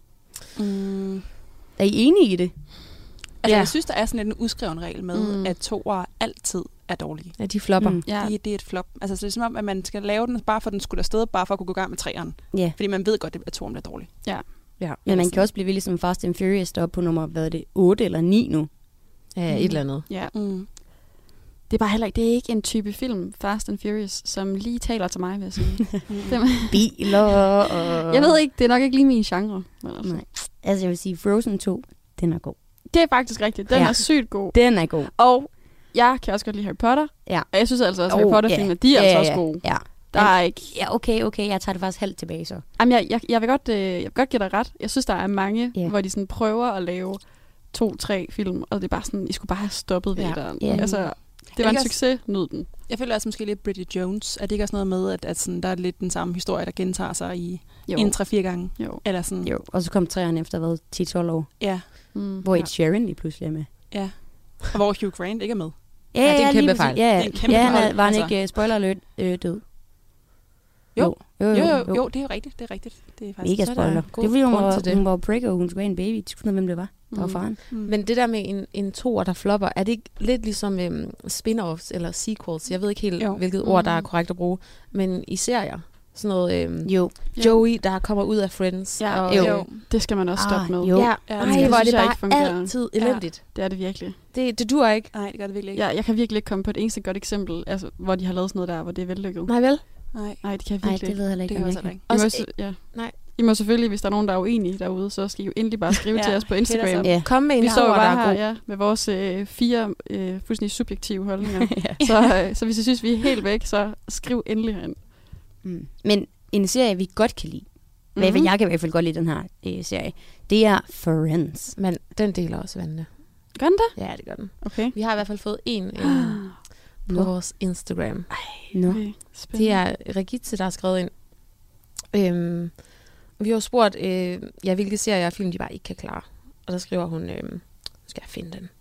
Mm. Er I enige i det? Altså, Ja. jeg synes, der er sådan en uskreven regel med, Mm. at toer altid er dårlige. Ja, de flopper. Mm. Mm. Ja. Det, det er et flop. Altså, så det er som om, at man skal lave den, bare for at den skulle afsted, bare for at kunne gå i gang med treeren. Ja. Fordi man ved godt, at toeren bliver dårlig. Ja. Ja. Men man kan også blive ligesom Fast and Furious deroppe på nummer, hvad er det, otte eller ni nu? Ja, Mm. et eller andet. Ja. Mm. Det er bare heller ikke, det er ikke en type film, Fast and Furious, som lige taler til mig, vil jeg sige. Det- Biler og... jeg ved ikke, det er nok ikke lige min genre. Men altså. Nej. Altså, jeg vil sige, Frozen to, den er god. Det er faktisk rigtigt. Den Ja. er sygt god. Den er god. Og jeg kan også godt lide Harry Potter. Ja. Og jeg synes altså også, at Oh, Harry Potter-filmene, ja. de er Ja, altså ja, også ja. gode. Ja. Der er ikke... Ja, okay, okay, jeg tager det faktisk halvt tilbage så. Jamen, jeg, jeg, jeg, vil godt, øh, jeg vil godt give dig ret. Jeg synes, der er mange, Ja. hvor de sådan prøver at lave to, tre film, og det er bare sådan, I skulle bare have stoppet ved Ja. ja. Ja. Altså, det det var en også- succes, nyd den. Jeg føler også måske lidt Bridget Jones. Er det ikke også noget med, at, at sådan, der er lidt den samme historie, der gentager sig i Jo. en tre-fire gange? Jo. Eller sådan, Jo, og så kom træerne efter, hvad, ti tolv år, ja, Mm. hvor Ed Sheeran lige pludselig er med. ja. Og hvor Hugh Grant ikke er med. Ja, det er en ja, kæmpe lige fejl. præcis. Ja, Det er en kæmpe ja han er, fejl, var han altså. ikke, uh, spoiler alert, øh, død? Jo. Jo, Jo, jo, jo, det er jo rigtigt. Det er rigtigt. Det er faktisk Mega så er der spoiler. god Det var fordi, hun grund var, til det. hun var breaker, og hun skulle have en baby. De skulle hvem det var. Der var Mm. faren. Mm. Men det der med en, en toer, der flopper, er det ikke lidt ligesom øhm, spin-offs eller sequels? Jeg ved ikke helt, Jo. hvilket ord, der er Mm. korrekt at bruge. Men i serier, sådan noget øhm, Jo. Joey, der kommer ud af Friends. Ja, og, jo. øh, jo. det skal man også Ah, stoppe med. jo. Ja, Ja, Ej, det hvor synes er det jeg bare ikke fungerer. altid Ja. elendigt. Det er det virkelig. Det, det duer ikke. Nej, det gør det virkelig ikke. Ja, jeg kan virkelig ikke komme på et eneste godt eksempel, altså, hvor de har lavet sådan noget der, hvor det er vellykket. Nej vel? Nej, Nej, det kan jeg Nej, virkelig det ved jeg heller ikke. det gør om jeg jeg så ikke. I må, Også, også, ja. nej. I må selvfølgelig, hvis der er nogen, der er uenige derude, så skal I jo endelig bare skrive Ja, til os på hit us Instagram. up. Ja. Kom med en Vi Vi står jo toer, der bare er her god. ja, med vores øh, fire øh, fuldstændig subjektive holdninger. så, øh, så hvis I synes, vi er helt væk, så skriv endelig herind. Mm. Men en serie, vi godt kan lide, mm-hmm. Mhm. jeg kan i hvert fald godt lide den her øh, serie, det er Friends. Men den deler også vandene. Gør den det? Ja, det gør den. Okay. Vi har i hvert fald fået en øh, på Nå. vores Instagram. Nå. Okay, spændende. Det er Regitze, der har skrevet ind. Øhm, vi har jo spurgt, øh, ja, hvilke serier og film, de bare ikke kan klare. Og der skriver hun, øh, nu skal jeg finde den.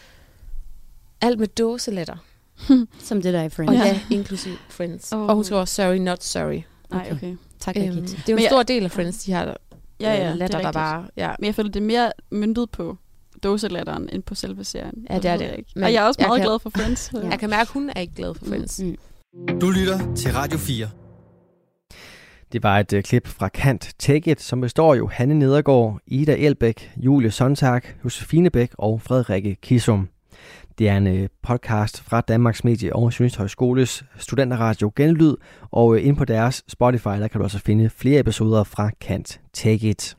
Alt med dåseletter. Som det der er i Friends. Ja. Og ja, inklusiv Friends. Åh. Oh. Og hun skriver, sorry, not sorry. Nej, okay. Tak, Øhm, Regitze. Men Det er jo en jeg- stor del af Friends, de har Ja, ja, øh, det er latter, der rigtigt. bare... Ja. Men jeg føler, det er mere myndet på dåselatteren end på selve serien. Ja, det er ved det. jeg ikke. Men Og jeg er også jeg meget kan- glad for Friends. Ja. Jeg kan mærke, at hun er ikke glad for Friends. Mm. Du lytter til Radio fire. Det var et uh, klip fra Kant Take It, som består af Johanne Nedergaard, Ida Elbæk, Julie Sontag, Josefine Bæk og Frederikke Kissum. Det er en uh, podcast fra Danmarks Medie- og Journalisthøjskoles studenterradio Genlyd, og uh, inde på deres Spotify, der kan du også finde flere episoder fra Kant Take It.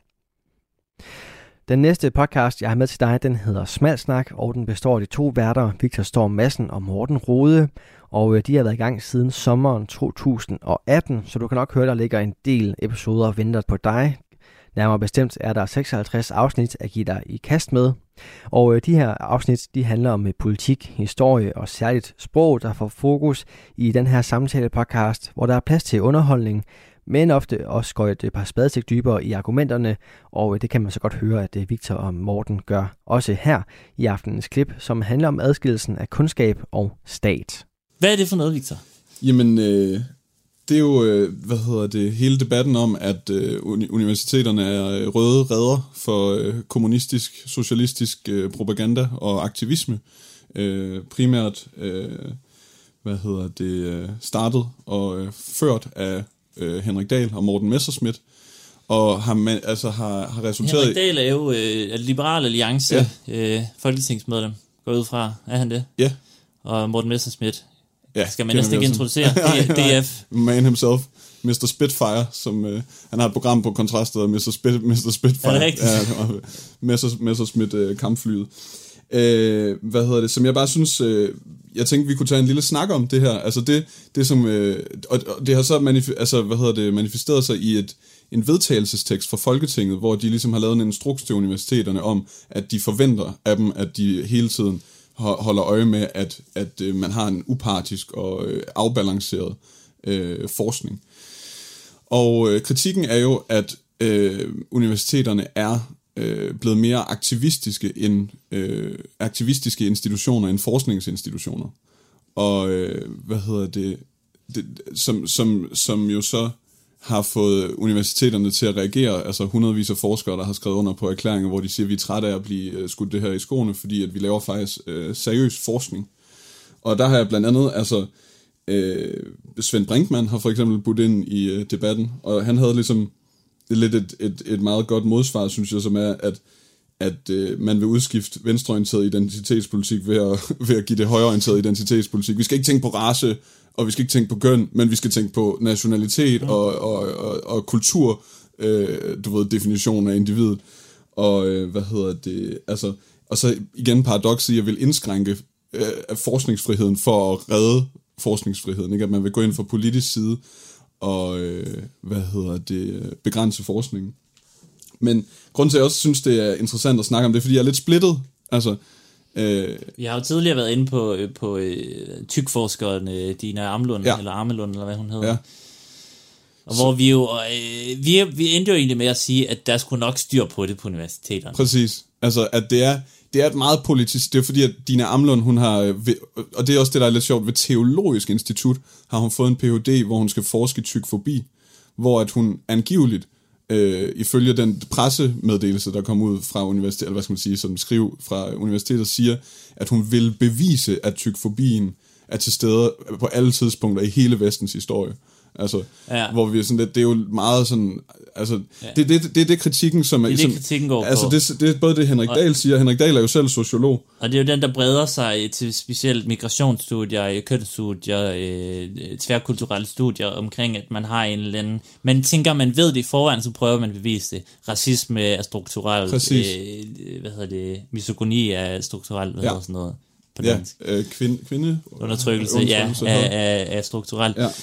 Den næste podcast, jeg har med til dig, den hedder Smalsnak, og den består af de to værter, Victor Storm Madsen og Morten Rode. Og øh, de har været i gang siden sommeren to tusind atten, så du kan nok høre, der ligger en del episoder og venter på dig. Nærmere bestemt er der seksoghalvtreds afsnit at give dig i kast med. Og øh, de her afsnit, de handler om øh, politik, historie og særligt sprog, der får fokus i den her samtale-podcast, hvor der er plads til underholdning, men ofte også går et par spadestik dybere i argumenterne, og øh, det kan man så godt høre, at øh, Victor og Morten gør også her i aftenens klip, som handler om adskillelsen af kundskab og stat. Hvad er det for noget, Victor? Jamen, øh, det er jo, øh, hvad hedder det, hele debatten om, at øh, uni- universiteterne er øh, røde redder for øh, kommunistisk, socialistisk øh, propaganda og aktivisme. Øh, primært, øh, hvad hedder det, øh, startet og øh, ført af øh, Henrik Dahl og Morten Messerschmidt, og har, man, altså, har, har resulteret Henrik Dahl er jo øh, Liberal Alliance ja. øh, folketingsmedlem, går ud fra. Er han det? Ja. Og Morten Messerschmidt. Ja, skal man næsten ikke introducere? D F. Man himself. mister Spitfire, som øh, han har et program på Kontrast, der hedder mister Spit, mister Spitfire. Er det rigtigt? Ja, Messer, Messerschmidt øh, kampflyet. Øh, hvad hedder det? Som jeg bare synes, øh, jeg tænkte, vi kunne tage en lille snak om det her. Altså det, det som, øh, og, og det har så manif- altså, hvad hedder det, manifesteret sig i et, en vedtagelsestekst fra Folketinget, hvor de ligesom har lavet en instruks til universiteterne om, at de forventer af dem, at de hele tiden holder øje med, at, at øh, man har en upartisk og øh, afbalanceret øh, forskning. Og øh, kritikken er jo, at øh, universiteterne er øh, blevet mere aktivistiske end øh, aktivistiske institutioner end forskningsinstitutioner. Og øh, hvad hedder det, det som, som, som jo så har fået universiteterne til at reagere, altså hundredvis af forskere, der har skrevet under på erklæringer, hvor de siger, at vi er trætte af at blive skudt det her i skoene, fordi at vi laver faktisk øh, seriøs forskning. Og der har jeg blandt andet, altså øh, Svend Brinkmann har for eksempel budt ind i øh, debatten, og han havde ligesom lidt et, et, et meget godt modsvar, synes jeg, som er, at, at øh, man vil udskifte venstreorienteret identitetspolitik ved at, ved at give det højreorienteret identitetspolitik. Vi skal ikke tænke på race, og vi skal ikke tænke på køn, men vi skal tænke på nationalitet og, og, og, og kultur, øh, du ved, definitionen af individet. Og øh, hvad hedder det, altså, og så igen paradokset i at vil indskrænke øh, forskningsfriheden for at redde forskningsfriheden, ikke? At man vil gå ind fra politisk side og, øh, hvad hedder det, begrænse forskningen. Men grunden til, at jeg også synes, det er interessant at snakke om det, fordi jeg er lidt splittet, altså. Vi har jo tidligere været inde på, på øh, tykforskeren øh, Dina Amlund, ja. eller Amelund, eller hvad hun hedder. Ja. Og hvor vi jo, øh, vi, vi endte jo egentlig med at sige, at der skulle nok styr på det på universiteterne. Præcis. Altså, at det er, det er et meget politisk, det er fordi, at Dina Amlund, hun har, og det er også det, der er lidt sjovt, ved Teologisk Institut har hun fået en P H D, hvor hun skal forske i tykfobi, hvor at hun angiveligt, Øh, ifølge den pressemeddelelse, der kom ud fra universitetet, eller hvad skal man sige, som skriv fra universitetet, siger, at hun vil bevise, at tykfobien er til stede på alle tidspunkter i hele Vestens historie. Altså, ja. Hvor vi er sådan lidt, det er jo meget sådan, altså, ja. det, det, det er det kritikken, som er, det er ligesom, det, kritikken går altså, på. Det, det er både det, Henrik Dahl siger, Henrik Dahl er jo selv sociolog. Og det er jo den, der breder sig til specielt migrationsstudier, kønsstudier, øh, tværkulturelle studier omkring, at man har en eller anden, man tænker, man ved det i forvejen, så prøver man at bevise det. Racisme er strukturelt, øh, hvad hedder det, misogoni er strukturelt, hvad ja. hedder sådan noget på dansk. Ja, øh, kvinde, kvinde undertrykkelse, ja, er, er, er strukturelt. Ja.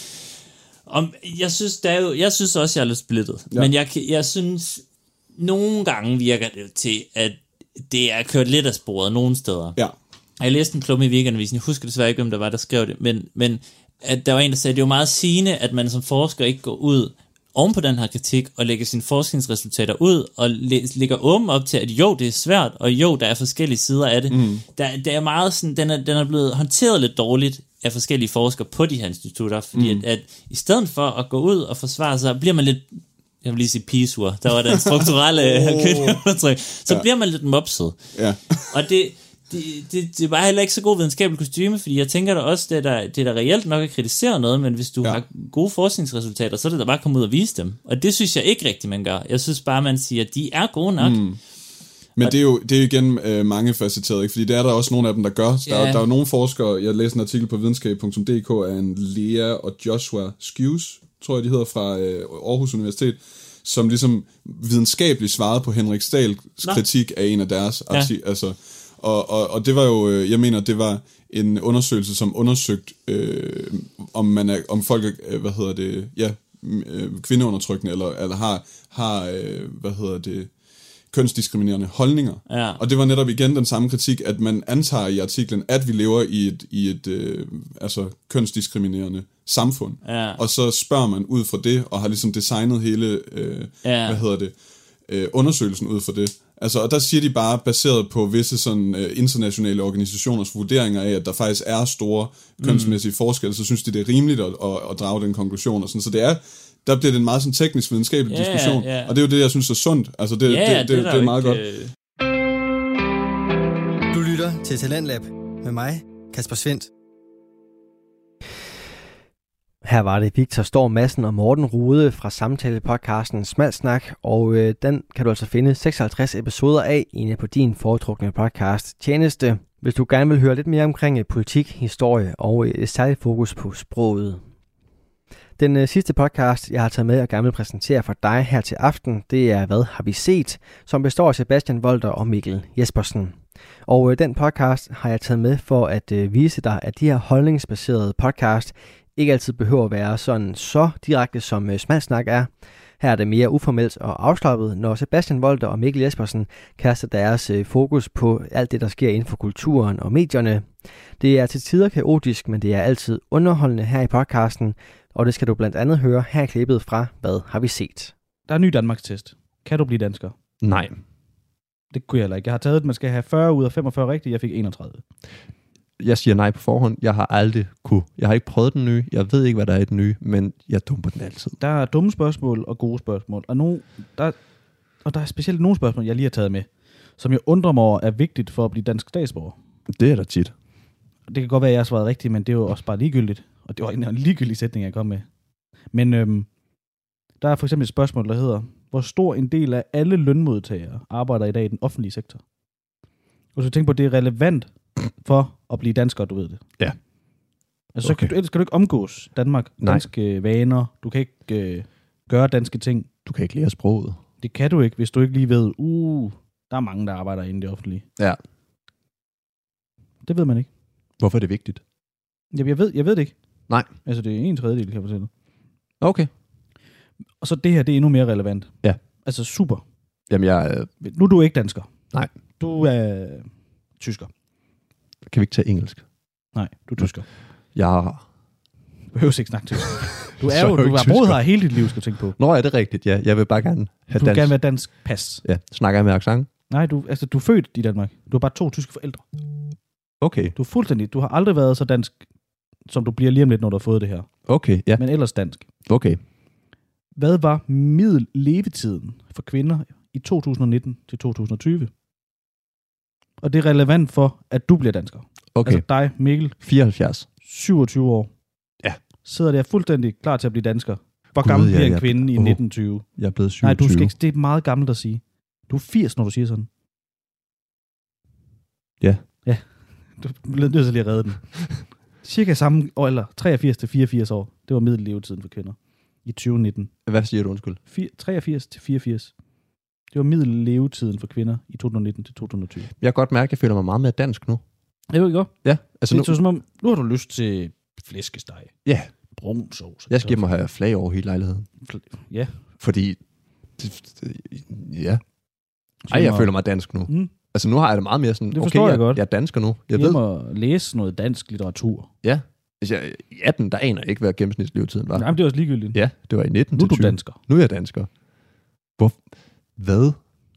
Om, jeg synes der er jo, jeg synes også, jeg er lidt splittet. Ja. Men jeg, jeg synes, nogle gange virker det til, at det er kørt lidt af sporet nogle steder. Ja. Jeg læste en klumme i Weekendavisen, jeg husker desværre ikke, hvem der var, der skrev det, men, men at der var en, der sagde, at det er jo meget sigende, at man som forsker ikke går ud oven på den her kritik, og lægger sine forskningsresultater ud, og lægger åben op til, at jo, det er svært, og jo, der er forskellige sider af det. Mm. Der, der er meget sådan, den er, den er blevet håndteret lidt dårligt af forskellige forskere på de her institutter, fordi mm. at, at i stedet for at gå ud og forsvare sig, bliver man lidt, jeg vil lige sige pisur, der var den strukturelle oh. kvindeundertryk, så ja. bliver man lidt mopset. Ja. Og det, det, det, det var heller ikke så god videnskabelig kostyme, fordi jeg tænker da også, det er der, det er der reelt nok at kritisere noget, men hvis du ja. har gode forskningsresultater, så er det da bare at komme ud og vise dem. Og det synes jeg ikke rigtigt, man gør. Jeg synes bare, man siger, at de er gode nok. Mm. Men det er jo, det er jo igen øh, mange facetteret, ikke? Fordi det er der også nogle af dem, der gør. Der, yeah. der er jo nogle forskere, jeg læste en artikel på videnskab punktum d k af en Lea og Joshua Skews, tror jeg de hedder, fra øh, Aarhus Universitet, som ligesom videnskabeligt svarede på Henrik Stahls kritik af en af deres ja. artikler. Altså, og, og, og det var jo, jeg mener, det var en undersøgelse, som undersøgte, øh, om, man er, om folk er, hvad hedder det, ja, kvindeundertrykkende, eller, eller har, har øh, hvad hedder det, kønsdiskriminerende holdninger. Ja. Og det var netop igen den samme kritik, at man antager i artiklen, at vi lever i et, i et øh, altså kønsdiskriminerende samfund. Ja. Og så spørger man ud fra det, og har ligesom designet hele øh, ja. hvad hedder det, øh, undersøgelsen ud fra det. Altså, og der siger de bare, baseret på visse sådan, øh, internationale organisationers vurderinger af, at der faktisk er store kønsmæssige mm. forskelle, så synes de, det er rimeligt at, at, at drage den konklusion. Og sådan. Så det er der bliver det en meget sådan teknisk videnskabelig yeah, diskussion, yeah. og det er jo det, jeg synes er sundt. Altså, det, yeah, det, det, det, det er meget godt. Øh... Du lytter til Talentlab med mig, Kasper Svendt. Her var det Victor Storm Madsen og Morten Rude fra samtale-podcasten Smal Snak, og øh, den kan du altså finde seksoghalvtreds episoder af inde på din foretrukne podcast tjeneste, hvis du gerne vil høre lidt mere omkring politik, historie og et særligt fokus på sproget. Den øh, sidste podcast, jeg har taget med og gerne vil præsentere for dig her til aften, det er Hvad har vi set?, som består af Sebastian Volter og Mikkel Jespersen. Og øh, den podcast har jeg taget med for at øh, vise dig, at de her holdningsbaserede podcast ikke altid behøver at være sådan så direkte, som øh, Smalsnak er. Her er det mere uformelt og afslappet, når Sebastian Volter og Mikkel Jespersen kaster deres øh, fokus på alt det, der sker inden for kulturen og medierne. Det er til tider kaotisk, men det er altid underholdende her i podcasten, og det skal du blandt andet høre her i klippet fra Hvad har vi set? Der er en ny Danmarkstest. Kan du blive dansker? Nej. Det kunne jeg heller ikke. Jeg har taget, at man skal have fyrre ud af femogfyrre rigtigt. Jeg fik enogtredive. Jeg siger nej på forhånd. Jeg har aldrig kunne. Jeg har ikke prøvet den nye. Jeg ved ikke, hvad der er i den nye, men jeg dumper den altid. Der er dumme spørgsmål og gode spørgsmål. Og, no, der, og der er specielt nogle spørgsmål, jeg lige har taget med, som jeg undrer mig over er vigtigt for at blive dansk statsborger. Det er da tit. Det kan godt være, at jeg har svaret rigtigt, men det er jo også bare ligegyldigt. Og det var en ligegyldig sætning, jeg kom med. Men øhm, der er for eksempel et spørgsmål, der hedder, hvor stor en del af alle lønmodtagere arbejder i dag i den offentlige sektor? Og så tænk på, at det er relevant for at blive dansker, du ved det. Ja. Altså, okay. så kan du, ellers kan du ikke omgås Danmark, danske Nej. vaner, du kan ikke øh, gøre danske ting. Du kan ikke lære sproget. Det kan du ikke, hvis du ikke lige ved, uh, der er mange, der arbejder inde i det offentlige. Ja. Det ved man ikke. Hvorfor er det vigtigt? Jamen, jeg ved, jeg ved det ikke. Nej. Altså, det er en tredjedel, kan jeg fortælle. Okay. Og så det her, det er endnu mere relevant. Ja. Altså, super. Jamen, jeg... Øh... Nu er du ikke dansker. Nej. Du er tysker. Kan vi ikke tage engelsk? Nej, du er tysker. Jeg... Du behøver ikke snakke tysk. Du er jo, du har boet her hele dit liv, skal du tænke på. Nå, er det rigtigt? Ja, jeg vil bare gerne have du dansk. Du vil gerne være dansk pas. Ja, snakker jeg med accent? Nej, du, altså, du er født i Danmark. Du har bare to tyske forældre. Okay. Du er fuldstændig, du har aldrig været så dansk, som du bliver lige om lidt, når du har fået det her. Okay, ja. Men ellers dansk. Okay. Hvad var middellevetiden for kvinder i to tusind nitten til to tusind tyve? Og det er relevant for, at du bliver dansker. Okay. Altså dig, Mikkel. fireoghalvfjerds. syvogtyve år. Ja. Sidder der fuldstændig klar til at blive dansker. Hvor God, gammel bliver en kvinde i oh, nitten tyve? Jeg er blevet syvogtyve. Nej, du skal ikke, det er meget gammelt at sige. Du er firs, når du siger sådan. Ja. Ja. Du bliver nødt til lige at redde den. Cirka samme år, eller treogfirs til fireogfirs år. Det var middellevetiden for kvinder i tyve nitten. Hvad siger du, undskyld? treogfirs til fireogfirs. Det var middellevetiden for kvinder i to tusind nitten til to tusind tyve. Jeg kan godt mærke, at jeg føler mig meget mere dansk nu. Det er jo godt. Ja. Altså det er nu... som om, nu har du lyst til flæskesteg. Ja. Brunsovs. Jeg skal mig have flag over hele lejligheden. Ja. Fordi, det, det, ja. Ej, jeg føler mig dansk nu. Mm. Altså nu har jeg det meget mere sådan, det okay, jeg, jeg, godt. jeg er dansker nu. Jeg ved må læse noget dansk litteratur. Ja. Hvis jeg, i atten, der aner jeg ikke, hvad gennemsnitslevetiden var. Nej, men det er også ligegyldigt. Ja, det var i nitten nu er til du tyve. dansker. Nu er jeg dansker. Hvor? Hvad?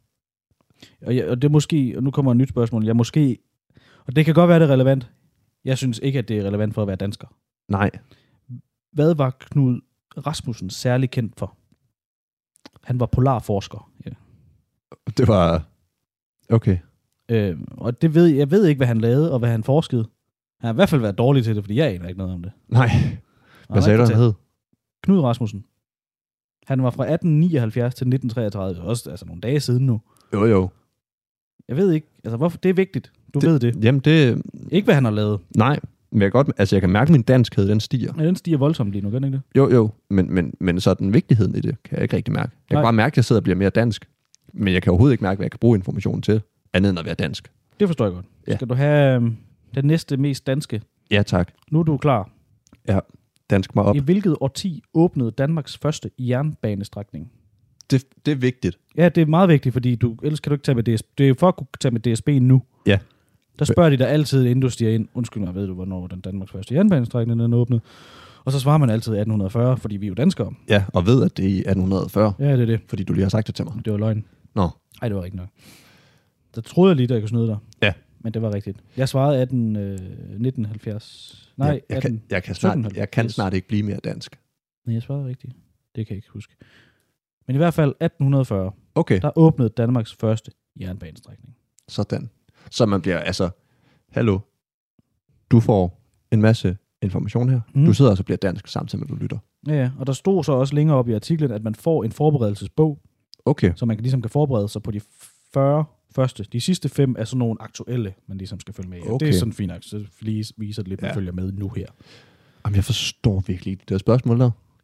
Og, jeg, og det er måske, og nu kommer et nyt spørgsmål, jeg måske, og det kan godt være, det er relevant. Jeg synes ikke, at det er relevant for at være dansker. Nej. Hvad var Knud Rasmussen særlig kendt for? Han var polarforsker. Ja. Det var... Okay. Øh, og det ved, jeg ved ikke, hvad han lavede, og hvad han forskede. Han har i hvert fald været dårlig til det, fordi jeg aner ikke noget om det. Nej. Hvad sagde du, han hed? Knud Rasmussen. Han var fra atten nioghalvfjerds til nitten treogtredive. Også altså nogle dage siden nu. Jo, jo. Jeg ved ikke. Altså, hvorfor? Det er vigtigt. Du det, ved det. Jamen, det... Ikke, hvad han har lavet. Nej. Men jeg kan godt... Altså, jeg kan mærke, at min danskhed, den stiger. Ja, den stiger voldsomt lige nu, gør den ikke det? Jo, jo. Men, men, men så den vigtigheden i det, kan jeg ikke rigtig mærke. Jeg Nej. kan bare mærke, at jeg sidder og bliver mere dansk. Men jeg kan overhovedet ikke mærke, hvad jeg kan bruge informationen til. Andet end at være dansk. Det forstår jeg godt. Ja. Skal du have øh, den næste mest danske? Ja, tak. Nu er du klar. Ja, dansk mig op. I hvilket årti åbnede Danmarks første jernbanestrækning? Det, det er vigtigt. Ja, det er meget vigtigt, fordi du, ellers kan du ikke tage med D S B. Det er for at kunne tage med D S B nu. Ja. Der spørger de dig altid, inden du stiger ind, undskyld mig, ved du, hvornår den Danmarks første jernbanestrækning er åbnet? Og så svarer man altid atten fyrre, fordi vi er jo danskere. Ja, og ved, at det er i atten fyrre. Ja, det er det. Fordi du lige har sagt det til mig. Det var løgn. Nå. Nej, det var ikke nok. Så troede jeg lige, at jeg kunne snyde dig. Ja. Men det var rigtigt. Jeg svarede atten, øh, nitten halvfjerds. Nej, ja, jeg, kan, jeg, kan snart, jeg kan snart ikke blive mere dansk. Nej, jeg svarede rigtigt. Det kan jeg ikke huske. Men i hvert fald atten fyrre. Okay. Der åbnede Danmarks første jernbanestrækning. Sådan. Så man bliver, altså, hallo, du får en masse information her. Mm. Du sidder og så bliver dansk samtidig med, at du lytter. Ja, ja, og der stod så også længere op i artiklen, at man får en forberedelsesbog. Okay. Så man kan ligesom kan forberede sig på de fyrre første. De sidste fem er sådan nogle aktuelle, man ligesom skal følge med i. Okay. Det er sådan fint, så lige viser det lidt, man ja. følger med nu her. Jamen, jeg forstår virkelig ikke de der spørgsmål der.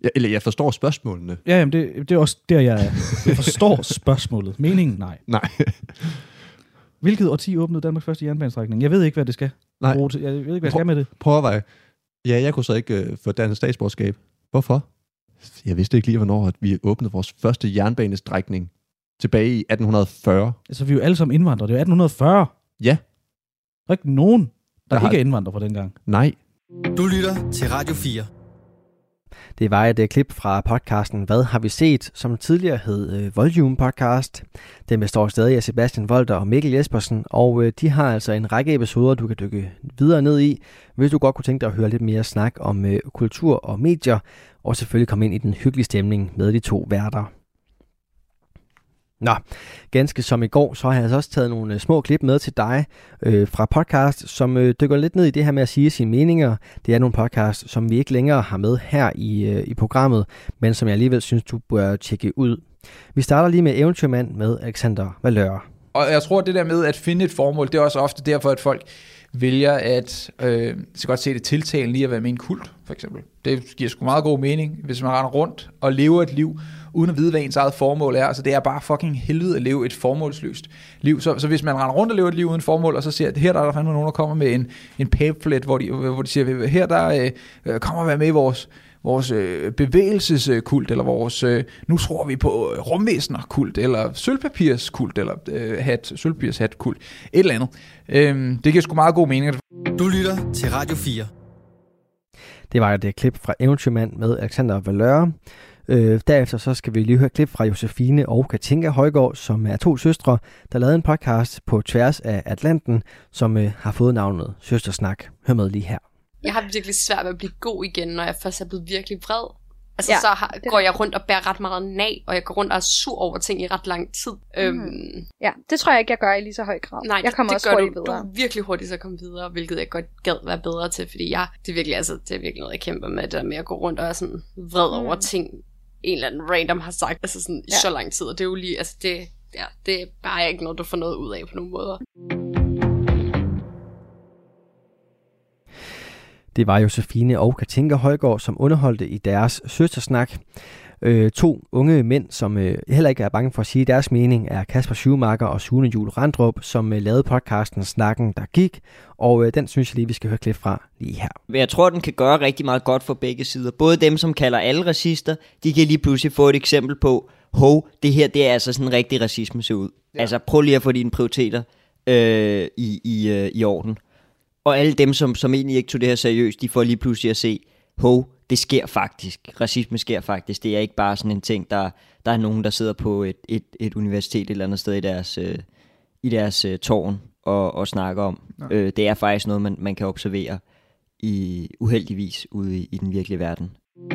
Jeg, eller jeg forstår spørgsmålene. Ja, jamen det, det er også der, jeg er. Jeg forstår spørgsmålet. Meningen? Nej. Nej. Hvilket årti åbnede Danmarks første jernbanestrækning? Jeg ved ikke, hvad det skal. Nej. Bruge til. Jeg ved ikke, hvad jeg skal med det. Prøv at veje. Ja, jeg kunne så ikke øh, få dansk statsborgerskab. Hvorfor? Jeg vidste ikke lige, hvornår at vi åbnede vores første jernbanestrækning tilbage i atten fyrre. Altså, vi er jo alle sammen indvandrere. Det er jo atten fyrre. Ja. Der er ikke nogen, der, der har... ikke er indvandrere fra dengang. Nej. Du lytter til Radio fire. Det var et klip fra podcasten Hvad har vi set, som tidligere hed øh, Volume Podcast. Den består stadig af Sebastian Volter og Mikkel Jespersen, og øh, de har altså en række episoder, du kan dykke videre ned i, hvis du godt kunne tænke dig at høre lidt mere snak om øh, kultur og medier, og selvfølgelig komme ind i den hyggelige stemning med de to værter. Nå, ganske som i går, så har jeg altså også taget nogle små klip med til dig øh, fra podcast, som øh, dykker lidt ned i det her med at sige sine meninger. Det er nogle podcast, som vi ikke længere har med her i, øh, i programmet, men som jeg alligevel synes, du bør tjekke ud. Vi starter lige med Eventyrmand med Alexander Valeur. Og jeg tror, at det der med at finde et formål, det er også ofte derfor, at folk vælger at, øh, så godt se det tiltalen lige at være med en kult, for eksempel. Det giver sgu meget god mening, hvis man render rundt og lever et liv, uden at vide, hvad ens eget formål er. Altså det er bare fucking helvede at leve et formålsløst liv. Så, så hvis man render rundt og lever et liv uden formål, og så ser, at her der er der fandme nogen, der kommer med en, en pamphlet, hvor de, hvor de siger, her der øh, kommer at være med i vores, vores øh, bevægelseskult, eller vores, øh, nu tror vi på øh, rumvæsener-kult, eller sølvpapirskult, eller øh, hat, sølvpapirshat-kult, et eller andet. Øh, det giver sgu meget god mening. Du lytter til Radio fire. Det var et klip fra Eventyrmand med Alexander Valeur. Øh, derefter så skal vi lige høre et klip fra Josefine og Katinka Højgaard, som er to søstre, der lavede en podcast på tværs af Atlanten, som øh, har fået navnet Søstersnak. Hør med lige her. Jeg har virkelig svært ved at blive god igen, når jeg først er blevet virkelig vred. Altså ja, så har, går jeg rundt og bærer ret meget nag, og jeg går rundt og er sur over ting i ret lang tid. Mm. Øhm, ja, det tror jeg ikke, jeg gør i lige så høj grad. Nej, jeg kommer det, også det gør hurtigt du, videre. Du er virkelig hurtigt så komme videre, hvilket jeg godt gad være bedre til, fordi jeg, det er virkelig, altså, det er virkelig noget, jeg kæmper med, det der med at gå rundt og er sådan vred mm. over ting, en eller anden random har sagt, altså sådan i ja. så lang tid, og det er jo lige, altså det, ja, det er bare ikke noget, du får noget ud af på nogen måder. Det var Josefine og Katinka Højgaard, som underholdte i deres søstersnak. Øh, to unge mænd, som øh, heller ikke er bange for at sige deres mening, er Kasper Schumacher og Sune Juhl Randrup, som øh, lavede podcasten Snakken, der gik. Og øh, den synes jeg lige, vi skal høre klip fra lige her. Jeg tror, den kan gøre rigtig meget godt for begge sider. Både dem, som kalder alle racister, de kan lige pludselig få et eksempel på, hov, det her det er altså sådan en rigtig racisme ser ud. Ja. Altså prøv lige at få dine prioriteter øh, i, i, øh, i orden. Og alle dem, som, som egentlig ikke tog det her seriøst, de får lige pludselig at se, hov, det sker faktisk. Racisme sker faktisk. Det er ikke bare sådan en ting, der, der er nogen, der sidder på et, et, et universitet et eller andet sted i deres, øh, i deres øh, tårn og, og snakker om. Øh, det er faktisk noget, man, man kan observere i uheldigvis ude i, i den virkelige verden.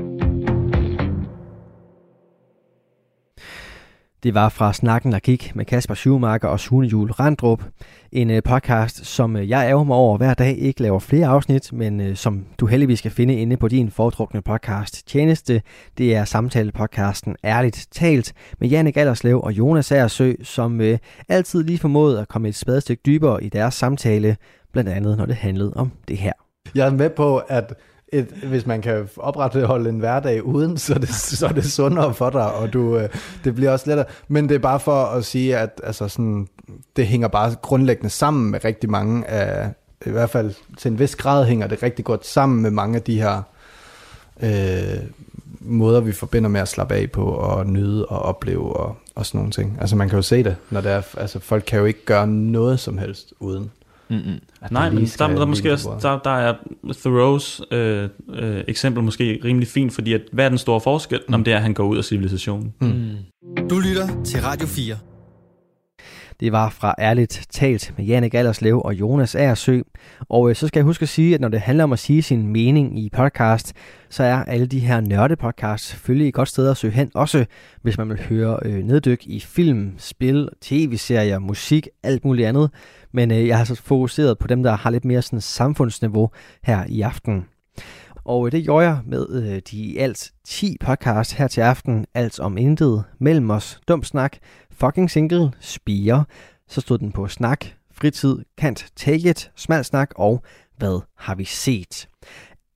Det var fra Snakken, der gik med Kasper Schumacher og Sune Juhl Randrup. En podcast, som jeg ærger mig over hver dag ikke laver flere afsnit, men som du heldigvis skal finde inde på din foretrukne podcast tjeneste. Det er samtalepodcasten Ærligt Talt med Jannik Allerslev og Jonas Agersø, som øh, altid lige formåede at komme et spadestik dybere i deres samtale, blandt andet når det handlede om det her. Jeg er med på, at Et, hvis man kan opretholde en hverdag uden, så er det, så er det sundere for dig, og du, øh, det bliver også lettere. Men det er bare for at sige, at altså sådan, det hænger bare grundlæggende sammen med rigtig mange af, i hvert fald til en vis grad hænger det rigtig godt sammen med mange af de her øh, måder, vi forbinder med at slappe af på, og nyde og opleve og, og sådan nogle ting. Altså man kan jo se det, når det er, altså folk kan jo ikke gøre noget som helst uden. Mm-hmm. Nej, men der, der, måske også, der, der er Thoreaus øh, øh, eksempel måske rimelig fint, fordi at, hvad er den store forskel, mm. om det er, at han går ud af civilisationen. Mm. Du lytter til Radio fire. Det var fra Ærligt Talt med Jannik Allerslev og Jonas Agersø. Og øh, så skal jeg huske at sige, at når det handler om at sige sin mening i podcast, så er alle de her nørdepodcasts selvfølgelig et godt sted at søge hen, også hvis man vil høre øh, neddyk i film, spil, tv-serier, musik, alt muligt andet. Men øh, jeg har så fokuseret på dem, der har lidt mere sådan samfundsniveau her i aften. Og det gjorde jeg med øh, de alt ti podcasts her til aften. Alt om intet, Mellem os, Dum Snak, Fucking Single, Spire. Så stod den på Snak, Fritid, Kant, Take It, Smal Snak og Hvad har vi set?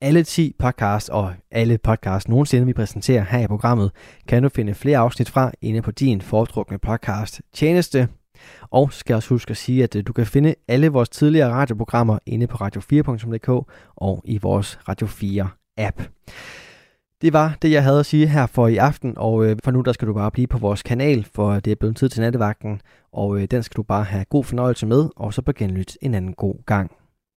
alle ti podcasts og alle podcasts nogensinde, vi præsenterer her i programmet, kan du finde flere afsnit fra inde på din foretrukne podcast tjeneste. Og skal også huske at sige, at du kan finde alle vores tidligere radioprogrammer inde på radio fire punktum d k og i vores Radio fire app. Det var det, jeg havde at sige her for i aften, og for nu der skal du bare blive på vores kanal, for det er blevet tid til nattevagten, og den skal du bare have god fornøjelse med, og så på genlyt en anden god gang.